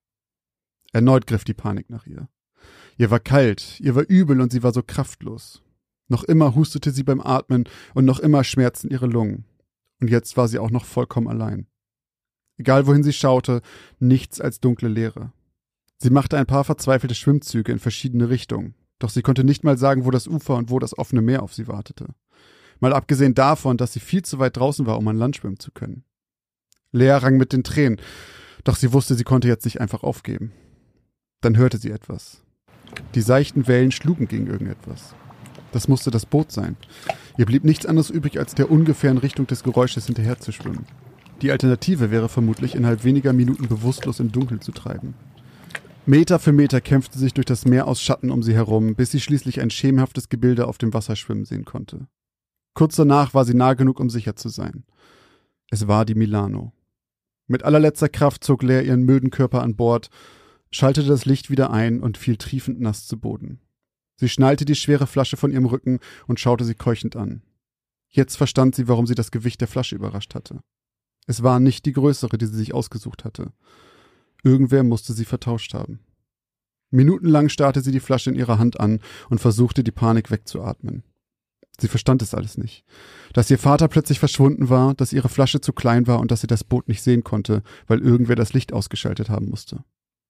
Erneut griff die Panik nach ihr. Ihr war kalt, ihr war übel und sie war so kraftlos. Noch immer hustete sie beim Atmen und noch immer schmerzten ihre Lungen. Und jetzt war sie auch noch vollkommen allein. Egal wohin sie schaute, nichts als dunkle Leere. Sie machte ein paar verzweifelte Schwimmzüge in verschiedene Richtungen, doch sie konnte nicht mal sagen, wo das Ufer und wo das offene Meer auf sie wartete. Mal abgesehen davon, dass sie viel zu weit draußen war, um an Land schwimmen zu können. Lea rang mit den Tränen, doch sie wusste, sie konnte jetzt nicht einfach aufgeben. Dann hörte sie etwas. Die seichten Wellen schlugen gegen irgendetwas. Das musste das Boot sein. Ihr blieb nichts anderes übrig, als der ungefähren Richtung des Geräusches hinterher zu schwimmen. Die Alternative wäre vermutlich, innerhalb weniger Minuten bewusstlos im Dunkeln zu treiben. Meter für Meter kämpfte sie sich durch das Meer aus Schatten um sie herum, bis sie schließlich ein schemenhaftes Gebilde auf dem Wasser schwimmen sehen konnte. Kurz danach war sie nah genug, um sicher zu sein. Es war die Milano. Mit allerletzter Kraft zog Lea ihren müden Körper an Bord, schaltete das Licht wieder ein und fiel triefend nass zu Boden. Sie schnallte die schwere Flasche von ihrem Rücken und schaute sie keuchend an. Jetzt verstand sie, warum sie das Gewicht der Flasche überrascht hatte. Es war nicht die größere, die sie sich ausgesucht hatte. Irgendwer musste sie vertauscht haben. Minutenlang starrte sie die Flasche in ihrer Hand an und versuchte, die Panik wegzuatmen. Sie verstand es alles nicht. Dass ihr Vater plötzlich verschwunden war, dass ihre Flasche zu klein war und dass sie das Boot nicht sehen konnte, weil irgendwer das Licht ausgeschaltet haben musste.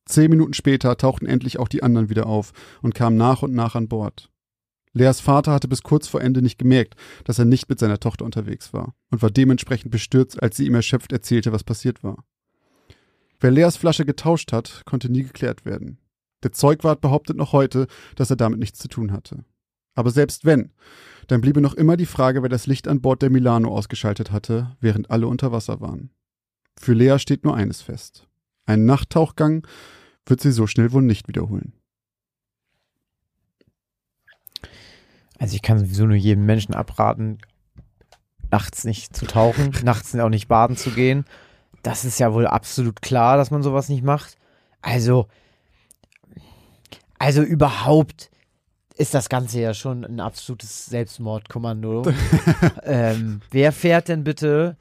10 Minuten später tauchten endlich auch die anderen wieder auf und kamen nach und nach an Bord. Leas Vater hatte bis kurz vor Ende nicht gemerkt, dass er nicht mit seiner Tochter unterwegs war und war dementsprechend bestürzt, als sie ihm erschöpft erzählte, was passiert war. Wer Leas Flasche getauscht hat, konnte nie geklärt werden. Der Zeugwart behauptet noch heute, dass er damit nichts zu tun hatte. Aber selbst wenn, dann bliebe noch immer die Frage, wer das Licht an Bord der Milano ausgeschaltet hatte, während alle unter Wasser waren. Für Lea steht nur eines fest. Einen Nachttauchgang wird sie so schnell wohl nicht wiederholen. Also ich kann sowieso nur jedem Menschen abraten, nachts nicht zu tauchen, nachts auch nicht baden zu gehen. Das ist ja wohl absolut klar, dass man sowas nicht macht. Also überhaupt ist das Ganze ja schon ein absolutes Selbstmordkommando. Wer fährt denn bitte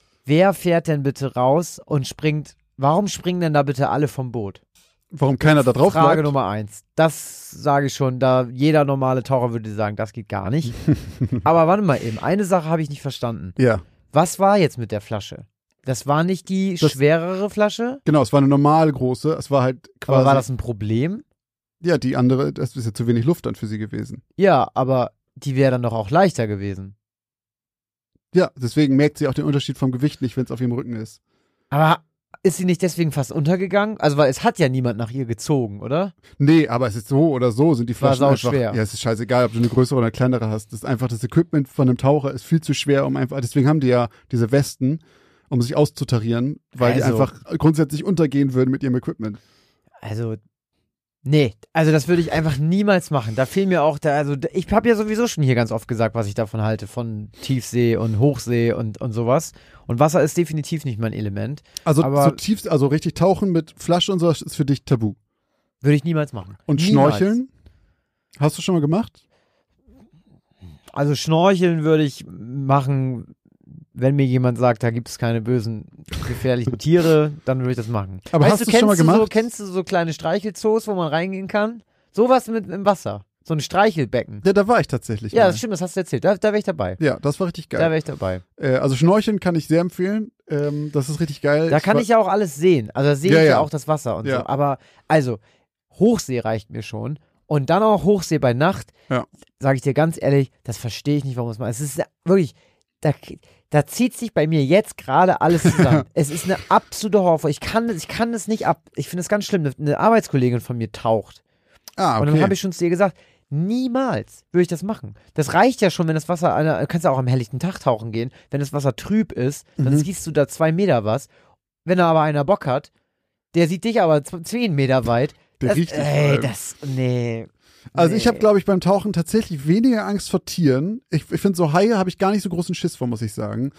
raus und warum springen denn da bitte alle vom Boot? Warum keiner da drauf Frage bleibt? Nummer 1. Das sage ich schon, da jeder normale Taucher würde sagen, das geht gar nicht. Aber warte mal eben, eine Sache habe ich nicht verstanden. Ja. Was war jetzt mit der Flasche? Das war nicht die schwerere Flasche? Genau, es war eine normal große, es war halt quasi... Aber war das ein Problem? Ja, die andere, das ist ja zu wenig Luft dann für sie gewesen. Ja, aber die wäre dann doch auch leichter gewesen. Ja, deswegen merkt sie auch den Unterschied vom Gewicht nicht, wenn es auf ihrem Rücken ist. Aber ist sie nicht deswegen fast untergegangen? Also, weil es hat ja niemand nach ihr gezogen, oder? Nee, aber es ist so oder so, sind die Flaschen War einfach... sauschwer. Ja, es ist scheißegal, ob du eine größere oder eine kleinere hast. Das ist einfach, das Equipment von einem Taucher ist viel zu schwer, um einfach... Deswegen haben die ja diese Westen, um sich auszutarieren, weil die Also- einfach grundsätzlich untergehen würden mit ihrem Equipment. Also, nee, also das würde ich einfach niemals machen. Da fehlen mir auch, ich habe ja sowieso schon hier ganz oft gesagt, was ich davon halte, von Tiefsee und Hochsee und sowas. Und Wasser ist definitiv nicht mein Element. Also Aber- so tief, also richtig tauchen mit Flasche und so ist für dich tabu. Würde ich niemals machen. Und Niemals. Schnorcheln? Hast du schon mal gemacht? Also Schnorcheln würde ich machen, wenn mir jemand sagt, da gibt es keine bösen, gefährlichen Tiere, dann würde ich das machen. Aber Weißt hast du, du es schon mal gemacht? Kennst du so kleine Streichelzoos, wo man reingehen kann? Sowas mit im Wasser. So ein Streichelbecken. Ja, da war ich tatsächlich. Ja, mal. das stimmt, das hast du erzählt. Da wäre ich dabei. Ja, das war richtig Da geil. wäre ich dabei. Also Schnorcheln kann ich sehr empfehlen. Das ist richtig geil. Da kann ich ja auch alles sehen. Also da sehe Ja, ich ja ja. auch das Wasser und Ja. so. Aber also, Hochsee reicht mir schon. Und dann auch Hochsee bei Nacht, Ja. sage ich dir ganz ehrlich, das verstehe ich nicht, warum es mal. Es ist wirklich, da zieht sich bei mir jetzt gerade alles zusammen. Es ist eine absolute Horror. Ich kann es nicht ab. Ich finde es ganz schlimm. Eine Arbeitskollegin von mir taucht. Ah, Und okay. dann habe ich schon zu ihr gesagt, niemals würde ich das machen. Das reicht ja schon, wenn das Wasser, du kannst ja auch am helllichten Tag tauchen gehen, wenn das Wasser trüb ist, dann siehst du da 2 Meter was. Wenn da aber einer Bock hat, der sieht dich aber 10 Meter weit. Der riecht dich vor allem. Nee. Also ich habe, glaube ich, beim Tauchen tatsächlich weniger Angst vor Tieren. Ich finde, so Haie habe ich gar nicht so großen Schiss vor, muss ich sagen.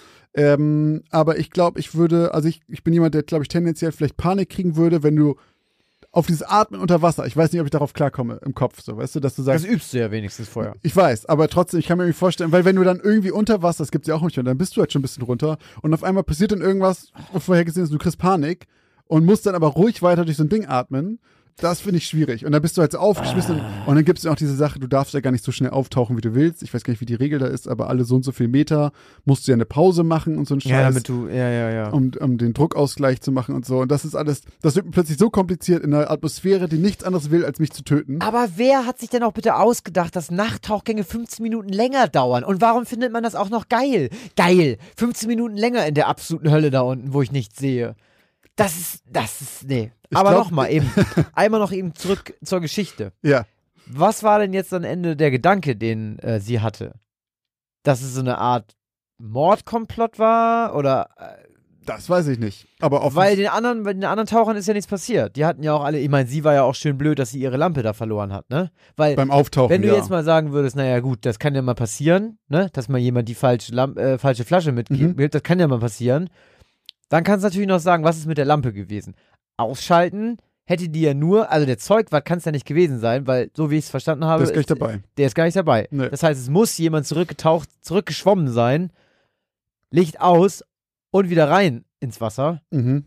Aber ich glaube, ich bin jemand, der, glaube ich, tendenziell vielleicht Panik kriegen würde, wenn du auf dieses Atmen unter Wasser, ich weiß nicht, ob ich darauf klarkomme im Kopf, so, weißt du, dass du sagst, Das übst du ja wenigstens vorher. ich weiß, aber trotzdem, ich kann mir irgendwie vorstellen, weil wenn du dann irgendwie unter Wasser, das gibt's ja auch manchmal, dann bist du halt schon ein bisschen runter und auf einmal passiert dann irgendwas, vorhergesehen ist, du kriegst Panik und musst dann aber ruhig weiter durch so ein Ding atmen. Das finde ich schwierig. Und dann bist du halt so aufgeschmissen und dann gibt es ja auch diese Sache, du darfst ja gar nicht so schnell auftauchen, wie du willst. Ich weiß gar nicht, wie die Regel da ist, aber alle so und so viel Meter musst du ja eine Pause machen und so ein Scheiß. Ja, damit du, ja. Um den Druckausgleich zu machen und so. Und das ist alles, das wird plötzlich so kompliziert in einer Atmosphäre, die nichts anderes will, als mich zu töten. Aber wer hat sich denn auch bitte ausgedacht, dass Nachttauchgänge 15 Minuten länger dauern? Und warum findet man das auch noch geil? Geil! 15 Minuten länger in der absoluten Hölle da unten, wo ich nichts sehe. Das ist, nee. Aber nochmal eben, einmal noch eben zurück zur Geschichte. Ja. Was war denn jetzt am Ende der Gedanke, den sie hatte? Dass es so eine Art Mordkomplott war? Oder Das weiß ich nicht. Aber bei den anderen Tauchern ist ja nichts passiert. Die hatten ja auch alle, ich meine, sie war ja auch schön blöd, dass sie ihre Lampe da verloren hat, ne? Weil beim Auftauchen, wenn du ja. jetzt mal sagen würdest, naja gut, das kann ja mal passieren, ne? Dass mal jemand die falsche Flasche mitgibt, das kann ja mal passieren. Dann kannst du natürlich noch sagen, was ist mit der Lampe gewesen? Ausschalten hätte die ja nur, also der Zeugwart kann es ja nicht gewesen sein, weil so wie ich es verstanden habe, Der ist gar nicht dabei. Der ist gar nicht dabei. Nee. Das heißt, es muss jemand zurückgeschwommen sein, Licht aus und wieder rein ins Wasser. Mhm.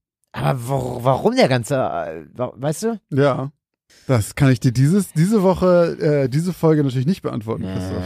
Aber warum der ganze, weißt du? Ja. Das kann ich dir diese Folge natürlich nicht beantworten, Christoph.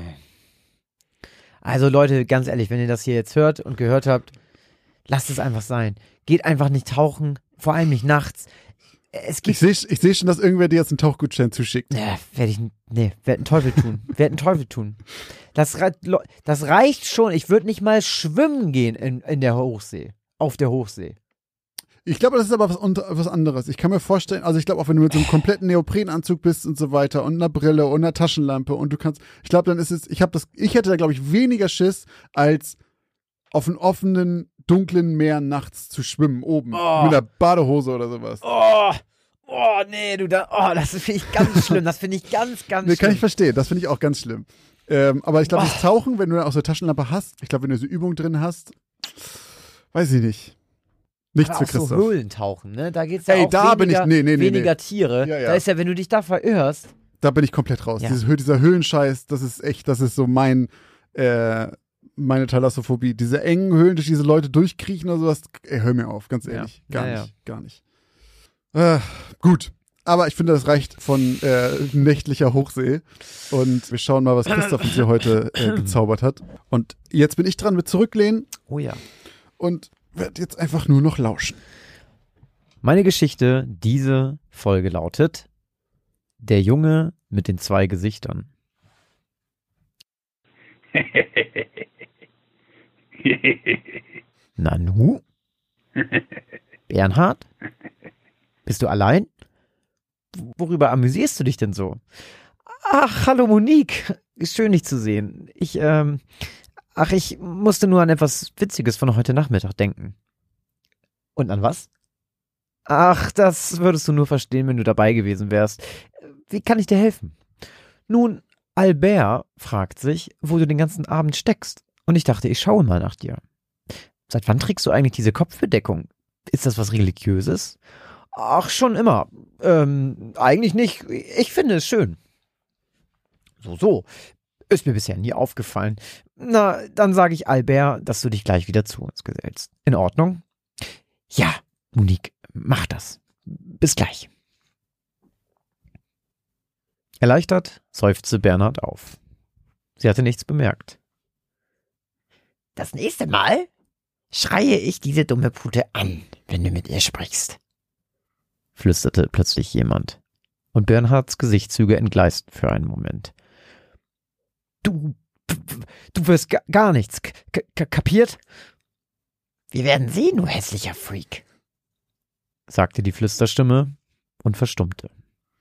Also Leute, ganz ehrlich, wenn ihr das hier jetzt hört und gehört habt, lasst es einfach sein. Geht einfach nicht tauchen, vor allem nicht nachts. Es gibt. Ich seh schon, dass irgendwer dir jetzt einen Tauchgutschein zuschickt. Werd einen Teufel tun. Das reicht schon. Ich würde nicht mal schwimmen gehen in der Hochsee. Auf der Hochsee. Ich glaube, das ist aber was anderes. Ich kann mir vorstellen, also ich glaube auch, wenn du mit so einem kompletten Neoprenanzug bist und so weiter und einer Brille und einer Taschenlampe und du kannst, ich glaube, dann ist es, ich hätte da, glaube ich, weniger Schiss, als auf einem offenen, dunklen Meer nachts zu schwimmen, oben, mit einer Badehose oder sowas. Nee, das finde ich ganz schlimm. Das finde ich ganz schlimm. Kann ich verstehen, das finde ich auch ganz schlimm. Aber ich glaube, das Tauchen, wenn du auch so eine Taschenlampe hast, ich glaube, wenn du so Übung drin hast, weiß ich nicht. Nichts aber für auch Christoph. so Höhlentauchen, ne? Da geht's ja auch weniger Tiere. Ja. Da ist ja, wenn du dich da verirrst. Da bin ich komplett raus. Ja. Dieser Höhlenscheiß, das ist so meine Thalassophobie. Diese engen Höhlen, durch diese Leute durchkriechen oder sowas, hör mir auf, ganz ehrlich. Gar nicht. Gut. Aber ich finde, das reicht von nächtlicher Hochsee. Und wir schauen mal, was Christoph uns hier heute gezaubert hat. Und jetzt bin ich dran mit Zurücklehnen. Oh ja. Und werde jetzt einfach nur noch lauschen. Meine Geschichte, diese Folge lautet: Der Junge mit den 2 Gesichtern. Nanu? Bernhard? Bist du allein? Worüber amüsierst du dich denn so? Ach, hallo Monique. Schön, dich zu sehen. Ich musste nur an etwas Witziges von heute Nachmittag denken. Und an was? Ach, das würdest du nur verstehen, wenn du dabei gewesen wärst. Wie kann ich dir helfen? Nun, Albert fragt sich, wo du den ganzen Abend steckst. Und ich dachte, ich schaue mal nach dir. Seit wann trägst du eigentlich diese Kopfbedeckung? Ist das was Religiöses? Ach, schon immer. Eigentlich nicht. Ich finde es schön. So. Ist mir bisher nie aufgefallen. Na, dann sage ich Albert, dass du dich gleich wieder zu uns gesellst. In Ordnung? Ja, Monique, mach das. Bis gleich. Erleichtert seufzte Bernhard auf. Sie hatte nichts bemerkt. Das nächste Mal schreie ich diese dumme Pute an, wenn du mit ihr sprichst, flüsterte plötzlich jemand. Und Bernhards Gesichtszüge entgleisten für einen Moment. Du wirst gar nichts. Kapiert? Wir werden sehen, du hässlicher Freak, sagte die Flüsterstimme und verstummte.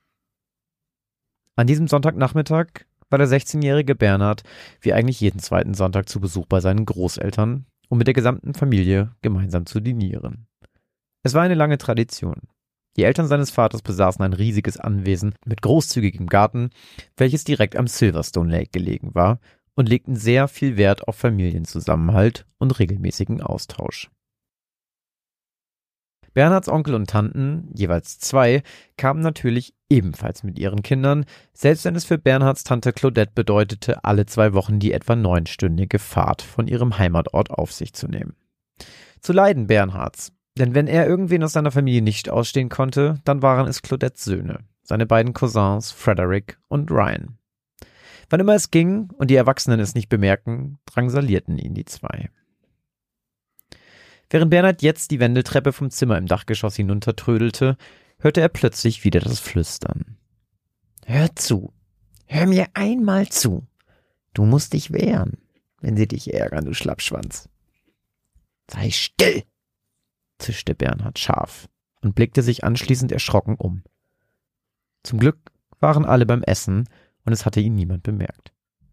An diesem Sonntagnachmittag war der 16-jährige Bernhard wie eigentlich jeden zweiten Sonntag zu Besuch bei seinen Großeltern, um mit der gesamten Familie gemeinsam zu dinieren. Es war eine lange Tradition. Die Eltern seines Vaters besaßen ein riesiges Anwesen mit großzügigem Garten, welches direkt am Silverstone Lake gelegen war, und legten sehr viel Wert auf Familienzusammenhalt und regelmäßigen Austausch. Bernhards Onkel und Tanten, jeweils 2, kamen natürlich ebenfalls mit ihren Kindern, selbst wenn es für Bernhards Tante Claudette bedeutete, alle 2 Wochen die etwa 9-stündige Fahrt von ihrem Heimatort auf sich zu nehmen. Zu Leiden Bernhards, denn wenn er irgendwen aus seiner Familie nicht ausstehen konnte, dann waren es Claudettes Söhne, seine beiden Cousins Frederick und Ryan. Wann immer es ging und die Erwachsenen es nicht bemerken, drangsalierten ihn die 2. Während Bernhard jetzt die Wendeltreppe vom Zimmer im Dachgeschoss hinuntertrödelte, hörte er plötzlich wieder das Flüstern. Hör zu, hör mir einmal zu. Du musst dich wehren, wenn sie dich ärgern, du Schlappschwanz. Sei still, zischte Bernhard scharf und blickte sich anschließend erschrocken um. Zum Glück waren alle beim Essen und es hatte ihn niemand bemerkt.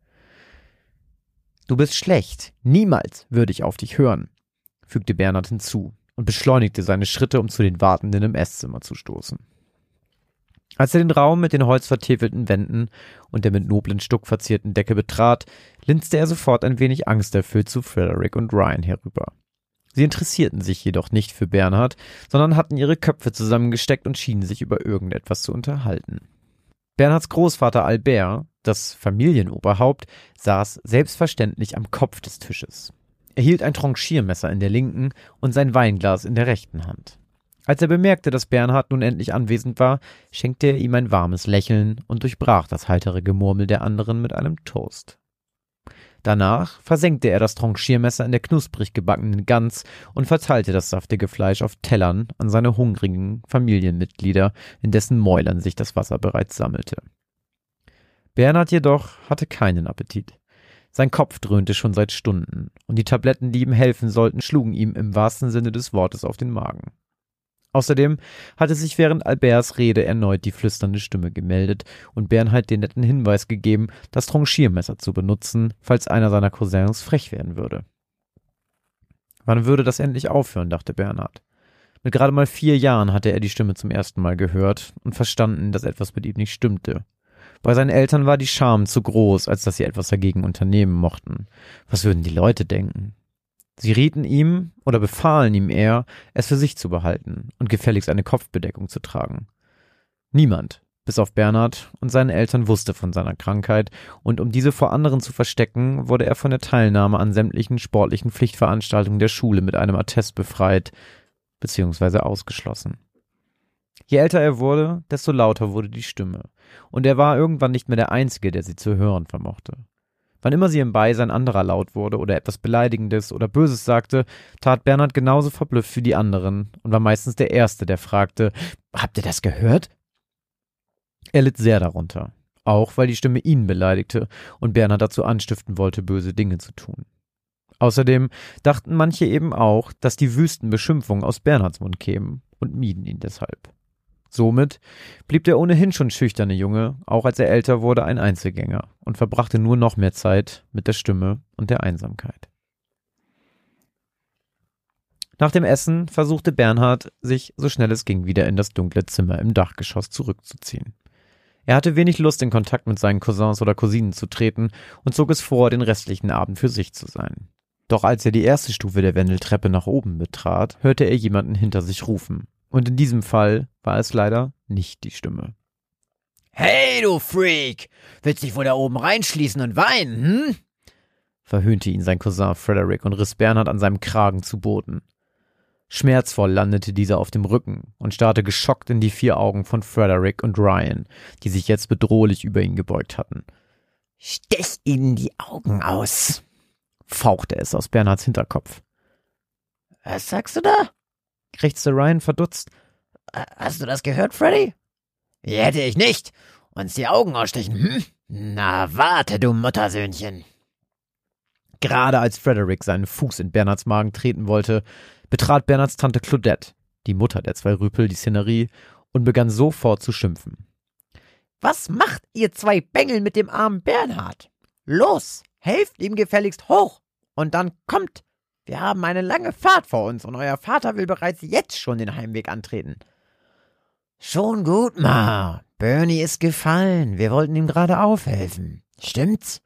Du bist schlecht, niemals würde ich auf dich hören, fügte Bernhard hinzu und beschleunigte seine Schritte, um zu den Wartenden im Esszimmer zu stoßen. Als er den Raum mit den holzvertäfelten Wänden und der mit noblen Stuck verzierten Decke betrat, linste er sofort ein wenig angsterfüllt zu Frederick und Ryan herüber. Sie interessierten sich jedoch nicht für Bernhard, sondern hatten ihre Köpfe zusammengesteckt und schienen sich über irgendetwas zu unterhalten. Bernhards Großvater Albert, das Familienoberhaupt, saß selbstverständlich am Kopf des Tisches. Er hielt ein Tranchiermesser in der linken und sein Weinglas in der rechten Hand. Als er bemerkte, dass Bernhard nun endlich anwesend war, schenkte er ihm ein warmes Lächeln und durchbrach das heitere Gemurmel der anderen mit einem Toast. Danach versenkte er das Tranchiermesser in der knusprig gebackenen Gans und verteilte das saftige Fleisch auf Tellern an seine hungrigen Familienmitglieder, in dessen Mäulern sich das Wasser bereits sammelte. Bernhard jedoch hatte keinen Appetit. Sein Kopf dröhnte schon seit Stunden und die Tabletten, die ihm helfen sollten, schlugen ihm im wahrsten Sinne des Wortes auf den Magen. Außerdem hatte sich während Alberts Rede erneut die flüsternde Stimme gemeldet und Bernhard den netten Hinweis gegeben, das Tranchiermesser zu benutzen, falls einer seiner Cousins frech werden würde. Wann würde das endlich aufhören, dachte Bernhard. Mit gerade mal 4 Jahren hatte er die Stimme zum ersten Mal gehört und verstanden, dass etwas mit ihm nicht stimmte. Bei seinen Eltern war die Scham zu groß, als dass sie etwas dagegen unternehmen mochten. Was würden die Leute denken? Sie rieten ihm oder befahlen ihm eher, es für sich zu behalten und gefälligst eine Kopfbedeckung zu tragen. Niemand, bis auf Bernhard und seine Eltern, wusste von seiner Krankheit, und um diese vor anderen zu verstecken, wurde er von der Teilnahme an sämtlichen sportlichen Pflichtveranstaltungen der Schule mit einem Attest befreit bzw. ausgeschlossen. Je älter er wurde, desto lauter wurde die Stimme, und er war irgendwann nicht mehr der Einzige, der sie zu hören vermochte. Wann immer sie im Beisein anderer laut wurde oder etwas Beleidigendes oder Böses sagte, tat Bernhard genauso verblüfft wie die anderen und war meistens der Erste, der fragte: »Habt ihr das gehört?« Er litt sehr darunter, auch weil die Stimme ihn beleidigte und Bernhard dazu anstiften wollte, böse Dinge zu tun. Außerdem dachten manche eben auch, dass die wüsten Beschimpfungen aus Bernhards Mund kämen und mieden ihn deshalb. Somit blieb der ohnehin schon schüchterne Junge, auch als er älter wurde, ein Einzelgänger und verbrachte nur noch mehr Zeit mit der Stimme und der Einsamkeit. Nach dem Essen versuchte Bernhard, sich so schnell es ging wieder in das dunkle Zimmer im Dachgeschoss zurückzuziehen. Er hatte wenig Lust, in Kontakt mit seinen Cousins oder Cousinen zu treten und zog es vor, den restlichen Abend für sich zu sein. Doch als er die erste Stufe der Wendeltreppe nach oben betrat, hörte er jemanden hinter sich rufen. Und in diesem Fall war es leider nicht die Stimme. »Hey, du Freak! Willst dich wohl da oben reinschließen und weinen, verhöhnte ihn sein Cousin Frederick und riss Bernhard an seinem Kragen zu Boden. Schmerzvoll landete dieser auf dem Rücken und starrte geschockt in die 4 Augen von Frederick und Ryan, die sich jetzt bedrohlich über ihn gebeugt hatten. »Stech ihnen die Augen aus«, fauchte es aus Bernhards Hinterkopf. »Was sagst du da?« krächzte Ryan verdutzt. »Hast du das gehört, Freddy?« »Wie hätte ich nicht? Uns die Augen ausstechen, Na, warte, du Muttersöhnchen.« Gerade als Frederick seinen Fuß in Bernhards Magen treten wollte, betrat Bernhards Tante Claudette, die Mutter der 2 Rüpel, die Szenerie und begann sofort zu schimpfen. »Was macht ihr 2 Bengel mit dem armen Bernhard? Los, helft ihm gefälligst hoch und dann kommt. Wir haben eine lange Fahrt vor uns und euer Vater will bereits jetzt schon den Heimweg antreten.« »Schon gut, Ma. Bernie ist gefallen. Wir wollten ihm gerade aufhelfen. Stimmt's?«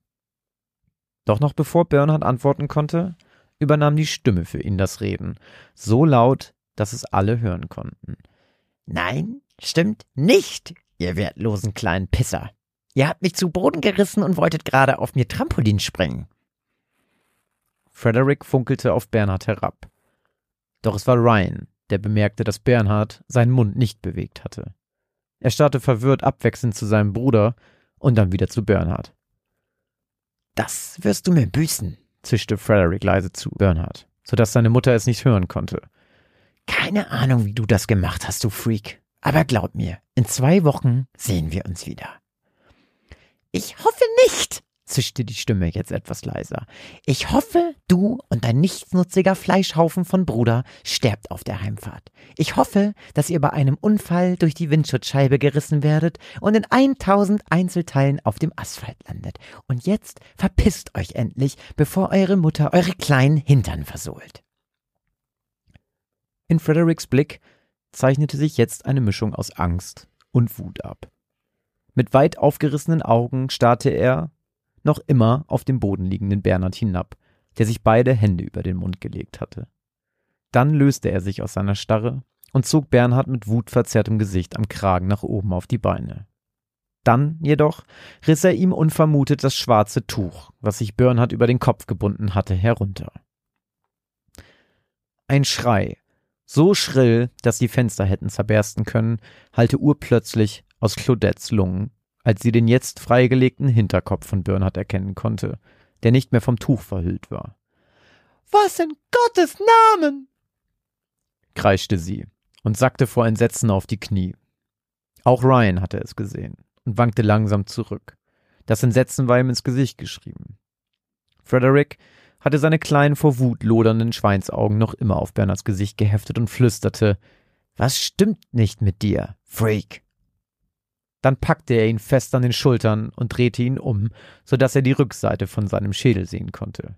Doch noch bevor Bernhard antworten konnte, übernahm die Stimme für ihn das Reden, so laut, dass es alle hören konnten. »Nein, stimmt nicht, ihr wertlosen kleinen Pisser. Ihr habt mich zu Boden gerissen und wolltet gerade auf mir Trampolin springen.« Frederick funkelte auf Bernhard herab. Doch es war Ryan, der bemerkte, dass Bernhard seinen Mund nicht bewegt hatte. Er starrte verwirrt abwechselnd zu seinem Bruder und dann wieder zu Bernhard. »Das wirst du mir büßen«, zischte Frederick leise zu Bernhard, sodass seine Mutter es nicht hören konnte. »Keine Ahnung, wie du das gemacht hast, du Freak. Aber glaub mir, in 2 Wochen sehen wir uns wieder.« »Ich hoffe nicht«, zischte die Stimme jetzt etwas leiser. »Ich hoffe, du und dein nichtsnutziger Fleischhaufen von Bruder sterbt auf der Heimfahrt. Ich hoffe, dass ihr bei einem Unfall durch die Windschutzscheibe gerissen werdet und in 1000 Einzelteilen auf dem Asphalt landet. Und jetzt verpisst euch endlich, bevor eure Mutter eure kleinen Hintern versohlt.« In Fredericks Blick zeichnete sich jetzt eine Mischung aus Angst und Wut ab. Mit weit aufgerissenen Augen starrte er noch immer auf dem Boden liegenden Bernhard hinab, der sich beide Hände über den Mund gelegt hatte. Dann löste er sich aus seiner Starre und zog Bernhard mit wutverzerrtem Gesicht am Kragen nach oben auf die Beine. Dann jedoch riss er ihm unvermutet das schwarze Tuch, was sich Bernhard über den Kopf gebunden hatte, herunter. Ein Schrei, so schrill, dass die Fenster hätten zerbersten können, hallte urplötzlich aus Claudettes Lungen, als sie den jetzt freigelegten Hinterkopf von Bernhard erkennen konnte, der nicht mehr vom Tuch verhüllt war. »Was in Gottes Namen?« kreischte sie und sackte vor Entsetzen auf die Knie. Auch Ryan hatte es gesehen und wankte langsam zurück. Das Entsetzen war ihm ins Gesicht geschrieben. Frederick hatte seine kleinen, vor Wut lodernden Schweinsaugen noch immer auf Bernhards Gesicht geheftet und flüsterte: »Was stimmt nicht mit dir, Freak?« Dann packte er ihn fest an den Schultern und drehte ihn um, sodass er die Rückseite von seinem Schädel sehen konnte.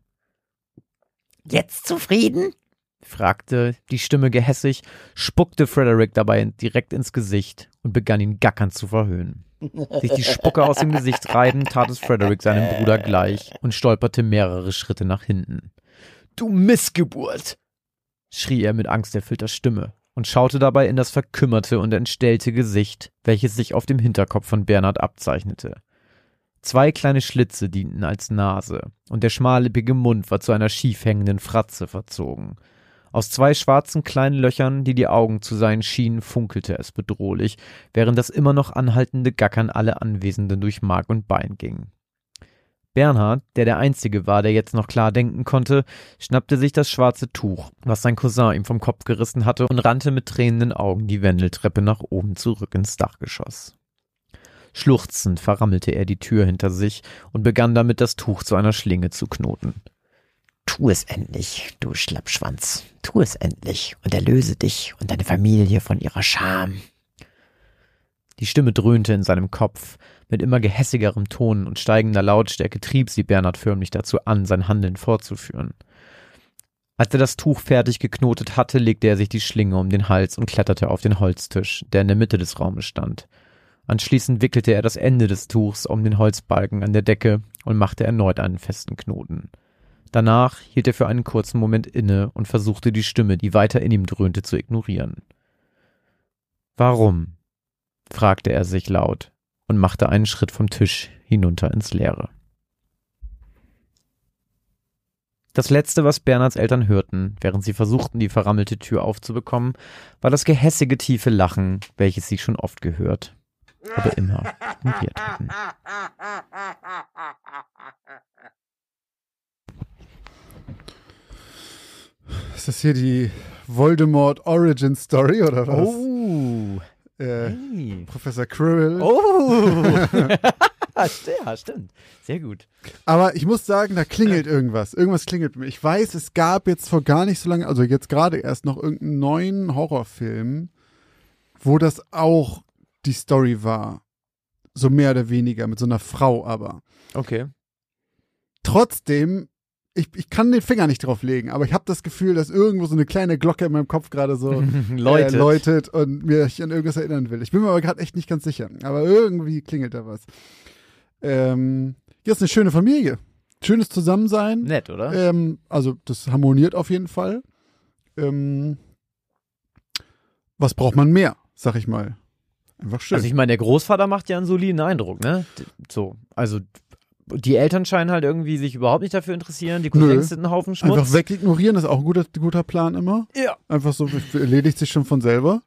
»Jetzt zufrieden?« fragte die Stimme gehässig, spuckte Frederick dabei direkt ins Gesicht und begann ihn gackernd zu verhöhnen. Sich die Spucke aus dem Gesicht reiben, tat es Frederick seinem Bruder gleich und stolperte mehrere Schritte nach hinten. »Du Missgeburt!« schrie er mit angsterfüllter Stimme und schaute dabei in das verkümmerte und entstellte Gesicht, welches sich auf dem Hinterkopf von Bernhard abzeichnete. 2 kleine Schlitze dienten als Nase, und der schmallippige Mund war zu einer schief hängenden Fratze verzogen. Aus 2 schwarzen kleinen Löchern, die Augen zu sein schienen, funkelte es bedrohlich, während das immer noch anhaltende Gackern alle Anwesenden durch Mark und Bein ging. Bernhard, der Einzige war, der jetzt noch klar denken konnte, schnappte sich das schwarze Tuch, was sein Cousin ihm vom Kopf gerissen hatte, und rannte mit tränenden Augen die Wendeltreppe nach oben zurück ins Dachgeschoss. Schluchzend verrammelte er die Tür hinter sich und begann damit, das Tuch zu einer Schlinge zu knoten. »Tu es endlich, du Schlappschwanz, tu es endlich und erlöse dich und deine Familie von ihrer Scham.« Die Stimme dröhnte in seinem Kopf. Mit immer gehässigerem Ton und steigender Lautstärke trieb sie Bernhard förmlich dazu an, sein Handeln fortzuführen. Als er das Tuch fertig geknotet hatte, legte er sich die Schlinge um den Hals und kletterte auf den Holztisch, der in der Mitte des Raumes stand. Anschließend wickelte er das Ende des Tuchs um den Holzbalken an der Decke und machte erneut einen festen Knoten. Danach hielt er für einen kurzen Moment inne und versuchte die Stimme, die weiter in ihm dröhnte, zu ignorieren. »Warum?« fragte er sich laut und machte einen Schritt vom Tisch hinunter ins Leere. Das Letzte, was Bernhards Eltern hörten, während sie versuchten, die verrammelte Tür aufzubekommen, war das gehässige tiefe Lachen, welches sie schon oft gehört, aber immer ignoriert hatten. Ist das hier die Voldemort Origin Story oder was? Oh! Hey. Professor Quirrell. Oh! Ja, stimmt. Sehr gut. Aber ich muss sagen, da klingelt irgendwas. Irgendwas klingelt mir. Ich weiß, es gab jetzt vor gar nicht so lange, also jetzt gerade erst noch irgendeinen neuen Horrorfilm, wo das auch die Story war. So mehr oder weniger, mit so einer Frau aber. Okay. Trotzdem, ich kann den Finger nicht drauf legen, aber ich habe das Gefühl, dass irgendwo so eine kleine Glocke in meinem Kopf gerade so läutet und mich an irgendwas erinnern will. Ich bin mir aber gerade echt nicht ganz sicher. Aber irgendwie klingelt da was. Hier ist eine schöne Familie. Schönes Zusammensein. Nett, oder? Also das harmoniert auf jeden Fall. Was braucht man mehr, sag ich mal. Einfach schön. Also ich meine, der Großvater macht ja einen soliden Eindruck, ne? So, also die Eltern scheinen halt irgendwie sich überhaupt nicht dafür interessieren. Die Cousins sind ein Haufen Schmutz. Einfach wegignorieren, das ist auch ein guter Plan immer. Ja. Einfach so, erledigt sich schon von selber.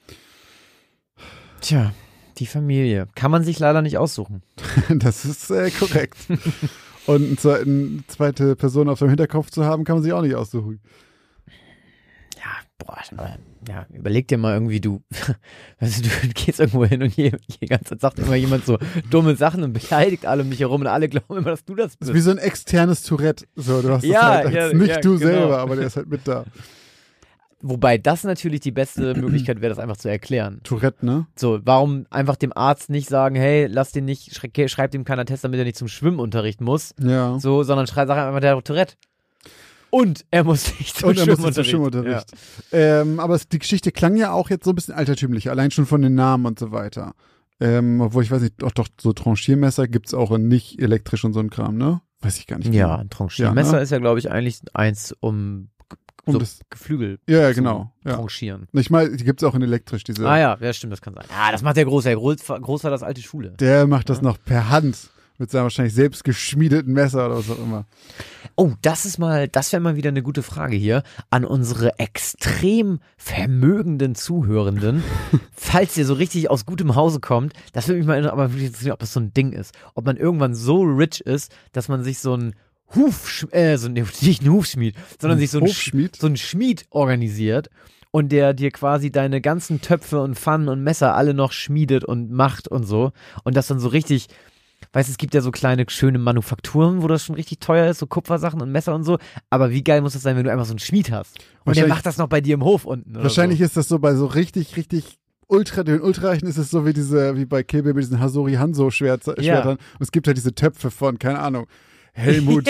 Tja, die Familie. Kann man sich leider nicht aussuchen. Das ist korrekt. Und eine zweite Person auf seinem Hinterkopf zu haben, kann man sich auch nicht aussuchen. Ja, boah, ja, überleg dir mal irgendwie, du gehst irgendwo hin und die ganze Zeit sagt immer jemand so dumme Sachen und beleidigt alle um dich herum und alle glauben immer, dass du das bist. Das ist wie so ein externes Tourette. So, du hast das halt nicht du selber, aber der ist halt mit da. Wobei das natürlich die beste Möglichkeit wäre, das einfach zu erklären. Tourette, ne? So, warum einfach dem Arzt nicht sagen, hey, lass den nicht, schreibt ihm keiner Test, damit er nicht zum Schwimmunterricht muss. Ja. So, sondern sag einfach, der hat Tourette. Und er muss nicht zum Schwimmunterricht. Ja. Aber die Geschichte klang ja auch jetzt so ein bisschen altertümlicher, allein schon von den Namen und so weiter. Obwohl ich weiß nicht, doch so Tranchiermesser gibt's auch in nicht elektrisch und so ein Kram, ne? Weiß ich gar nicht. Ja, ein Tranchiermesser ist ja, glaube ich, eigentlich eins, um so das Geflügel genau. tranchieren. Ich meine, die gibt's auch in elektrisch, diese. Ja, stimmt, das kann sein. Ja, das macht der Groß. Der Groß war das alte Schule. Der macht das noch per Hand. Mit seinem wahrscheinlich selbst geschmiedeten Messer oder was auch immer. Oh, das wäre mal wieder eine gute Frage hier an unsere extrem vermögenden Zuhörenden. Falls ihr so richtig aus gutem Hause kommt, das würde mich mal interessieren, ob das so ein Ding ist. Ob man irgendwann so rich ist, dass man sich so ein nicht ein Hufschmied, sondern sich so Hofschmied? so ein Schmied organisiert und der dir quasi deine ganzen Töpfe und Pfannen und Messer alle noch schmiedet und macht und so. Und das dann so richtig, weißt du, es gibt ja so kleine, schöne Manufakturen, wo das schon richtig teuer ist, so Kupfersachen und Messer und so. Aber wie geil muss das sein, wenn du einfach so einen Schmied hast? Und der macht das noch bei dir im Hof unten. Oder wahrscheinlich so. ist das so bei so richtig den Ultrareichen ist es so wie bei Kill Bill mit diesen Hasori Hanzo Schwertern. Und es gibt halt diese Töpfe von, keine Ahnung, Helmut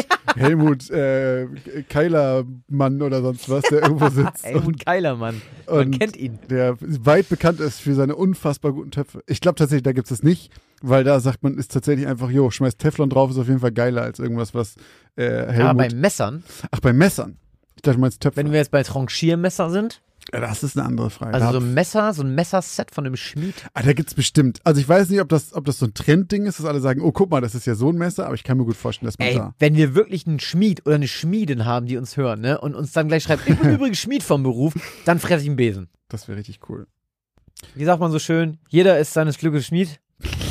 Keilermann oder sonst was, der irgendwo sitzt. Helmut Keilermann, man kennt ihn. Der weit bekannt ist für seine unfassbar guten Töpfe. Ich glaube tatsächlich, da gibt es das nicht, weil da sagt man, ist tatsächlich einfach, schmeißt Teflon drauf, ist auf jeden Fall geiler als irgendwas, was Helmut... Aber bei Messern? Ach, bei Messern? Ich dachte, du meinst Töpfe. Wenn wir jetzt bei Tranchiermesser sind? Ja, das ist eine andere Frage. Also so ein Messerset von einem Schmied? Da gibt's bestimmt. Also ich weiß nicht, ob das so ein Trendding ist, dass alle sagen, oh, guck mal, das ist ja so ein Messer, aber ich kann mir gut vorstellen, dass man da... Wenn wir wirklich einen Schmied oder eine Schmiedin haben, die uns hören, ne, und uns dann gleich schreibt, ich bin übrigens Schmied vom Beruf, dann fresse ich einen Besen. Das wäre richtig cool. Wie sagt man so schön, jeder ist seines Glückes Schmied.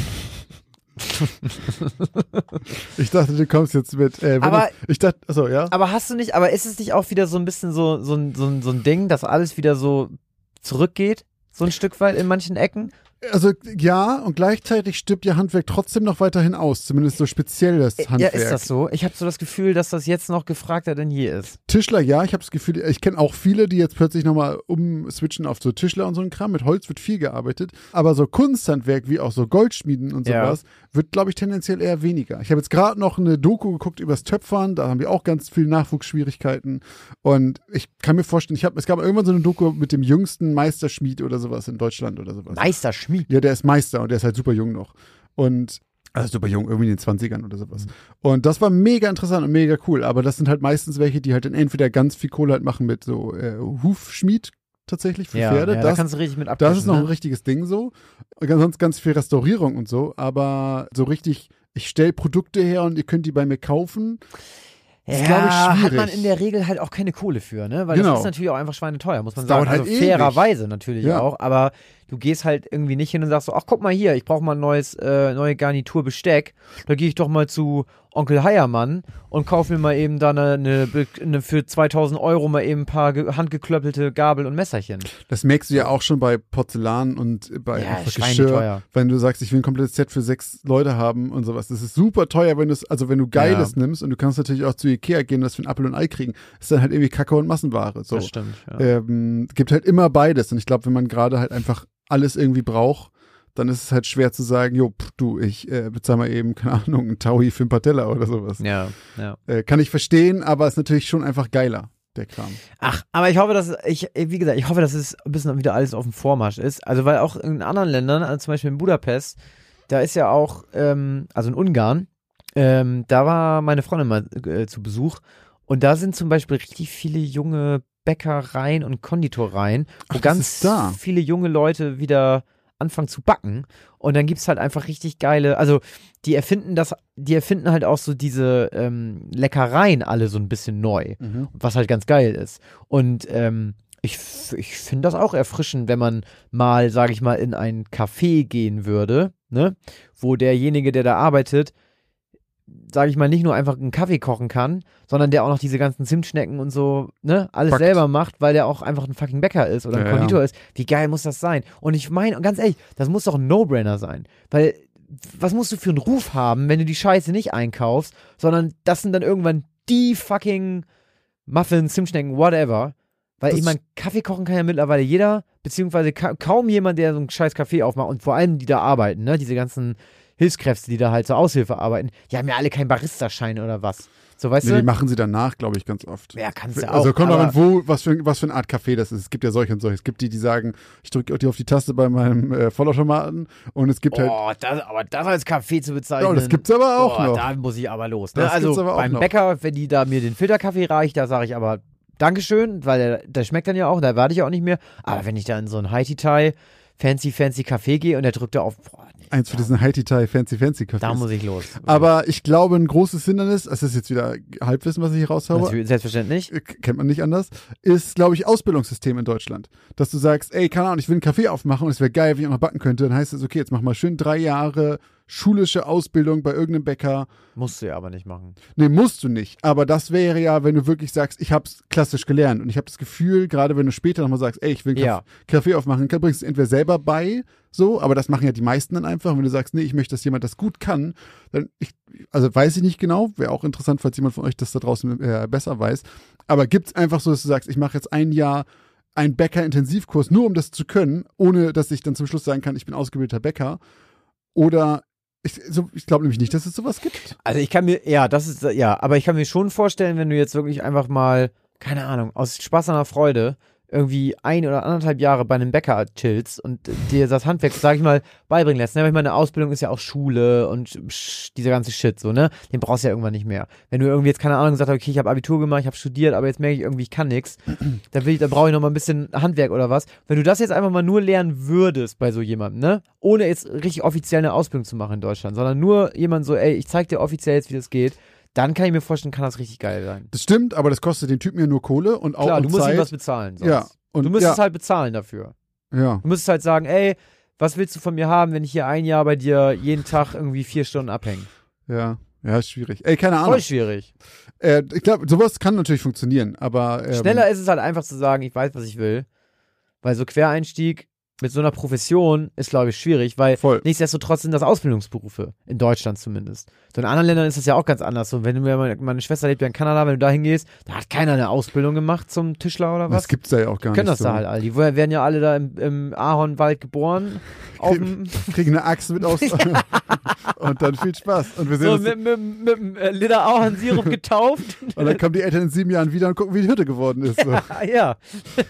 Ich dachte, du kommst jetzt mit. Ich dachte, achso, ja. Aber ist es nicht auch wieder so ein bisschen so ein Ding, dass alles wieder so zurückgeht? So ein Stück weit in manchen Ecken? Also ja, und gleichzeitig stirbt ja Handwerk trotzdem noch weiterhin aus, zumindest so speziell das Handwerk. Ja, ist das so? Ich habe so das Gefühl, dass das jetzt noch gefragter denn je ist. Tischler, ja, ich habe das Gefühl, ich kenne auch viele, die jetzt plötzlich nochmal umswitchen auf so Tischler und so ein Kram. Mit Holz wird viel gearbeitet, aber so Kunsthandwerk wie auch so Goldschmieden und sowas wird, glaube ich, tendenziell eher weniger. Ich habe jetzt gerade noch eine Doku geguckt übers Töpfern, da haben wir auch ganz viele Nachwuchsschwierigkeiten und ich kann mir vorstellen, es gab irgendwann so eine Doku mit dem jüngsten Meisterschmied oder sowas in Deutschland oder sowas. Meisterschmied? Ja, der ist Meister und der ist halt super jung noch. Und, also super jung, irgendwie in den 20ern oder sowas. Und das war mega interessant und mega cool. Aber das sind halt meistens welche, die halt dann entweder ganz viel Kohle halt machen mit so Hufschmied tatsächlich für Pferde. Ja, da kannst du richtig mit abklatschen. Das ist noch ein richtiges Ding so. Sonst ganz viel Restaurierung und so. Aber so richtig, ich stelle Produkte her und ihr könnt die bei mir kaufen. Das ist, glaube ich, schwierig. Hat man in der Regel halt auch keine Kohle für, ne? Weil das ist natürlich auch einfach schweineteuer, muss man das sagen. Dauert Also halt fairerweise natürlich auch, aber du gehst halt irgendwie nicht hin und sagst so, ach guck mal hier, ich brauche mal ein neue Garnitur Besteck. Da gehe ich doch mal zu Onkel Heiermann und kaufe mir mal eben da eine für 2.000 Euro mal eben ein paar handgeklöppelte Gabel und Messerchen. Das merkst du ja auch schon bei Porzellan und bei Geschirr, wenn du sagst, ich will ein komplettes Set für 6 Leute haben und sowas. Das ist super teuer, wenn du Geiles nimmst und du kannst natürlich auch zu Ikea gehen und das für ein Apfel und Ei kriegen. Das ist dann halt irgendwie Kacke und Massenware. So. Das stimmt, ja. Gibt halt immer beides und ich glaube, wenn man gerade halt einfach alles irgendwie braucht, dann ist es halt schwer zu sagen, ich bezahle mal eben, keine Ahnung, einen Taui für ein Patella oder sowas. Ja. Kann ich verstehen, aber ist natürlich schon einfach geiler, der Kram. Ach, aber ich hoffe, dass es ein bisschen wieder alles auf dem Vormarsch ist. Also, weil auch in anderen Ländern, also zum Beispiel in Budapest, da ist ja auch, also in Ungarn, da war meine Freundin mal zu Besuch und da sind zum Beispiel richtig viele junge Bäckereien und Konditoreien, wo ganz viele junge Leute wieder anfangen zu backen und dann gibt's halt einfach richtig geile, also die erfinden halt auch so diese Leckereien alle so ein bisschen neu, was halt ganz geil ist und ich finde das auch erfrischend, wenn man mal, sage ich mal, in ein Café gehen würde, ne, wo derjenige, der da arbeitet, sage ich mal, nicht nur einfach einen Kaffee kochen kann, sondern der auch noch diese ganzen Zimtschnecken und so, ne, alles selber macht, weil der auch einfach ein fucking Bäcker ist oder ein Konditor ist. Wie geil muss das sein? Und ich meine, ganz ehrlich, das muss doch ein No-Brainer sein, weil was musst du für einen Ruf haben, wenn du die Scheiße nicht einkaufst, sondern das sind dann irgendwann die fucking Muffins, Zimtschnecken, whatever. Weil ich meine, Kaffee kochen kann ja mittlerweile jeder, beziehungsweise kaum jemand, der so einen scheiß Kaffee aufmacht und vor allem die da arbeiten, ne, diese ganzen Hilfskräfte, die da halt zur Aushilfe arbeiten, die haben ja alle keinen Barista-Schein oder was. So, weißt du? Die machen sie danach, glaube ich, ganz oft. Ja, kannst du auch. Also kommt aber was für eine Art Kaffee das ist. Es gibt ja solche und solche. Es gibt die sagen, ich drücke die auf die Taste bei meinem Vollautomaten und es gibt aber das als Kaffee zu bezeichnen. Ja, das gibt's aber auch noch. Da muss ich aber los. Ne? Also beim Bäcker, wenn die da mir den Filterkaffee reicht, da sage ich aber Dankeschön, weil der schmeckt dann ja auch, da warte ich auch nicht mehr. Aber wenn ich da in so ein High-Tea-Thai fancy Café gehe und der drückt da auf, nee. Eins für diesen High-Detail Fancy Cafés. Da muss ich los. Aber ich glaube, ein großes Hindernis, das ist jetzt wieder Halbwissen, was ich hier raushaue. Selbstverständlich. Kennt man nicht anders, ist, glaube ich, Ausbildungssystem in Deutschland. Dass du sagst, ey, keine Ahnung, ich will einen Kaffee aufmachen und es wäre geil, wenn ich auch noch backen könnte. Dann heißt es, okay, jetzt mach mal schön 3 Jahre schulische Ausbildung bei irgendeinem Bäcker. Musst du ja aber nicht machen. Nee, musst du nicht. Aber das wäre ja, wenn du wirklich sagst, ich hab's klassisch gelernt. Und ich habe das Gefühl, gerade wenn du später nochmal sagst, ey, ich will einen Kaffee aufmachen, bringst du entweder selber bei, so, aber das machen ja die meisten dann einfach. Und wenn du sagst, nee, ich möchte, dass jemand das gut kann, dann, also weiß ich nicht genau, wäre auch interessant, falls jemand von euch das da draußen besser weiß. Aber gibt's einfach so, dass du sagst, ich mache jetzt 1 Jahr einen Bäcker-Intensivkurs, nur um das zu können, ohne dass ich dann zum Schluss sagen kann, ich bin ausgebildeter Bäcker. Oder ich glaube nämlich nicht, dass es sowas gibt. Also ich kann mir, aber ich kann mir schon vorstellen, wenn du jetzt wirklich einfach mal, keine Ahnung, aus Spaß an der Freude irgendwie 1 oder 1,5 Jahre bei einem Bäcker chillst und dir das Handwerk, sag ich mal, beibringen lässt. Ne? Ich meine, eine Ausbildung ist ja auch Schule und dieser ganze Shit, so, ne? Den brauchst du ja irgendwann nicht mehr. Wenn du irgendwie jetzt, keine Ahnung, sagst, okay, ich habe Abitur gemacht, ich habe studiert, aber jetzt merke ich irgendwie, ich kann nichts, dann brauche ich noch mal ein bisschen Handwerk oder was. Wenn du das jetzt einfach mal nur lernen würdest bei so jemandem, ne? Ohne jetzt richtig offiziell eine Ausbildung zu machen in Deutschland, sondern nur jemand so, ey, ich zeig dir offiziell jetzt, wie das geht, dann kann ich mir vorstellen, kann das richtig geil sein. Das stimmt, aber das kostet den Typen ja nur Kohle und auch Klar, du musst Zeit. ihm was bezahlen. Sonst. Ja. Und du müsstest halt bezahlen dafür. Ja. Du müsstest halt sagen, ey, was willst du von mir haben, wenn ich hier 1 Jahr bei dir jeden Tag irgendwie 4 Stunden abhänge? Ja, ist schwierig. Ey, keine Ahnung. Voll schwierig. Ich glaube, sowas kann natürlich funktionieren, aber schneller ist es halt einfach zu sagen, ich weiß, was ich will. Weil so Quereinstieg mit so einer Profession ist, glaube ich, schwierig, weil nichtsdestotrotz sind das Ausbildungsberufe, in Deutschland zumindest. So in anderen Ländern ist das ja auch ganz anders. So, wenn du meine Schwester lebt ja in Kanada, wenn du da hingehst, da hat keiner eine Ausbildung gemacht zum Tischler oder was. Das gibt's da ja auch gar nicht. Können das so. Da halt alle. Die werden ja alle da im Ahornwald geboren. Kriegen eine Axt mit aus und dann viel Spaß. Und wir sehen so mit einem Liter Ahornsirup getauft. Und dann kommen die Eltern in 7 Jahren wieder und gucken, wie die Hütte geworden ist. So. Ja.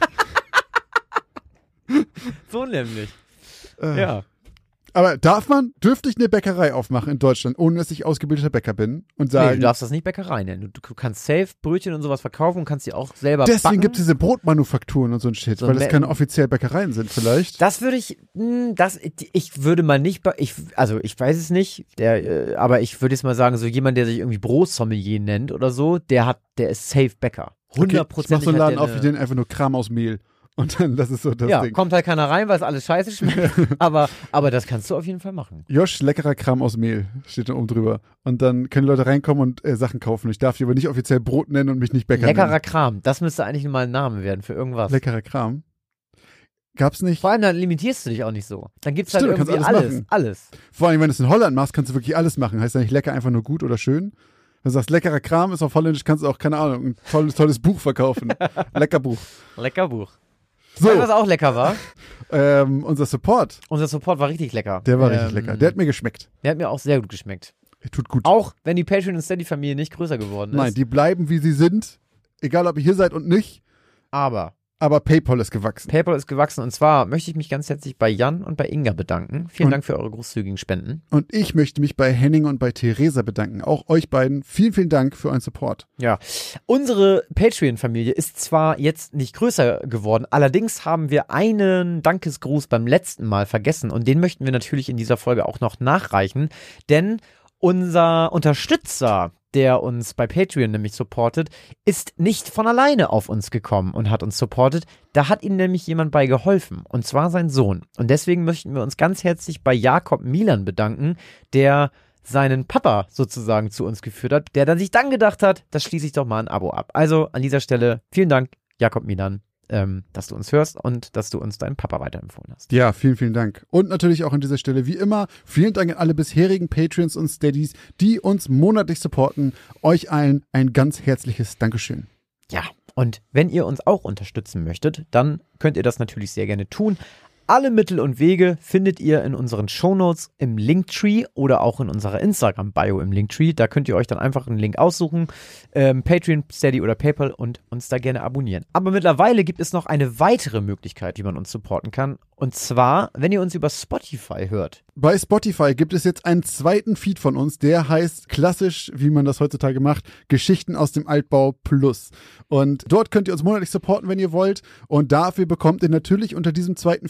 So nämlich. Ja. Aber dürfte ich eine Bäckerei aufmachen in Deutschland, ohne dass ich ausgebildeter Bäcker bin und sagen. Nee, du darfst das nicht Bäckerei nennen. Du kannst safe Brötchen und sowas verkaufen und kannst die auch selber Deswegen backen. gibt es diese Brotmanufakturen und so ein Shit, weil das keine offiziell Bäckereien sind vielleicht. Das würde ich würde mal nicht, ich weiß es nicht, aber ich würde jetzt mal sagen, so jemand, der sich irgendwie Brotsommelier nennt oder so, der ist safe Bäcker. 100%. Okay, ich mach so einen Laden auf, wie den einfach nur Kram aus Mehl. Und dann, das ist so das Ding. Ja, kommt halt keiner rein, weil es alles scheiße schmeckt. aber das kannst du auf jeden Fall machen. Josh, leckerer Kram aus Mehl, steht da oben drüber. Und dann können Leute reinkommen und Sachen kaufen. Ich darf die aber nicht offiziell Brot nennen und mich nicht Bäcker nennen. Leckerer Kram, das müsste eigentlich mal ein Name werden für irgendwas. Leckerer Kram? Gab's nicht? Vor allem, dann limitierst du dich auch nicht so. Dann gibt's halt irgendwie alles. Vor allem, wenn du es in Holland machst, kannst du wirklich alles machen. Heißt ja nicht lecker einfach nur gut oder schön. Wenn du sagst, leckerer Kram ist auf Holländisch, kannst du auch, keine Ahnung, ein tolles Buch verkaufen. Lecker Buch. So. Weißt du, was auch lecker war? Unser Support. Unser Support war richtig lecker. Der war richtig lecker. Der hat mir geschmeckt. Der hat mir auch sehr gut geschmeckt. Der tut gut. Auch wenn die Patreon- und Steady-Familie nicht größer geworden ist. Nein, die bleiben, wie sie sind. Egal, ob ihr hier seid und nicht. Aber PayPal ist gewachsen. Und zwar möchte ich mich ganz herzlich bei Jan und bei Inga bedanken. Vielen Dank für eure großzügigen Spenden. Und ich möchte mich bei Henning und bei Theresa bedanken. Auch euch beiden. Vielen, vielen Dank für euren Support. Ja, unsere Patreon-Familie ist zwar jetzt nicht größer geworden, allerdings haben wir einen Dankesgruß beim letzten Mal vergessen und den möchten wir natürlich in dieser Folge auch noch nachreichen, denn unser Unterstützer, der uns bei Patreon nämlich supportet, ist nicht von alleine auf uns gekommen und hat uns supportet. Da hat ihm nämlich jemand bei geholfen, und zwar sein Sohn. Und deswegen möchten wir uns ganz herzlich bei Jakob Milan bedanken, der seinen Papa sozusagen zu uns geführt hat, der dann sich dann gedacht hat, das schließe ich doch mal ein Abo ab. Also an dieser Stelle vielen Dank, Jakob Milan, dass du uns hörst und dass du uns deinen Papa weiterempfohlen hast. Ja, vielen, vielen Dank. Und natürlich auch an dieser Stelle, wie immer, vielen Dank an alle bisherigen Patreons und Steadies, die uns monatlich supporten. Euch allen ein ganz herzliches Dankeschön. Ja, und wenn ihr uns auch unterstützen möchtet, dann könnt ihr das natürlich sehr gerne tun. Alle Mittel und Wege findet ihr in unseren Shownotes im Linktree oder auch in unserer Instagram-Bio im Linktree. Da könnt ihr euch dann einfach einen Link aussuchen, Patreon, Steady oder PayPal und uns da gerne abonnieren. Aber mittlerweile gibt es noch eine weitere Möglichkeit, wie man uns supporten kann. Und zwar, wenn ihr uns über Spotify hört. Bei Spotify gibt es jetzt einen zweiten Feed von uns, der heißt klassisch, wie man das heutzutage macht, Geschichten aus dem Altbau Plus. Und dort könnt ihr uns monatlich supporten, wenn ihr wollt. Und dafür bekommt ihr natürlich unter diesem zweiten Feed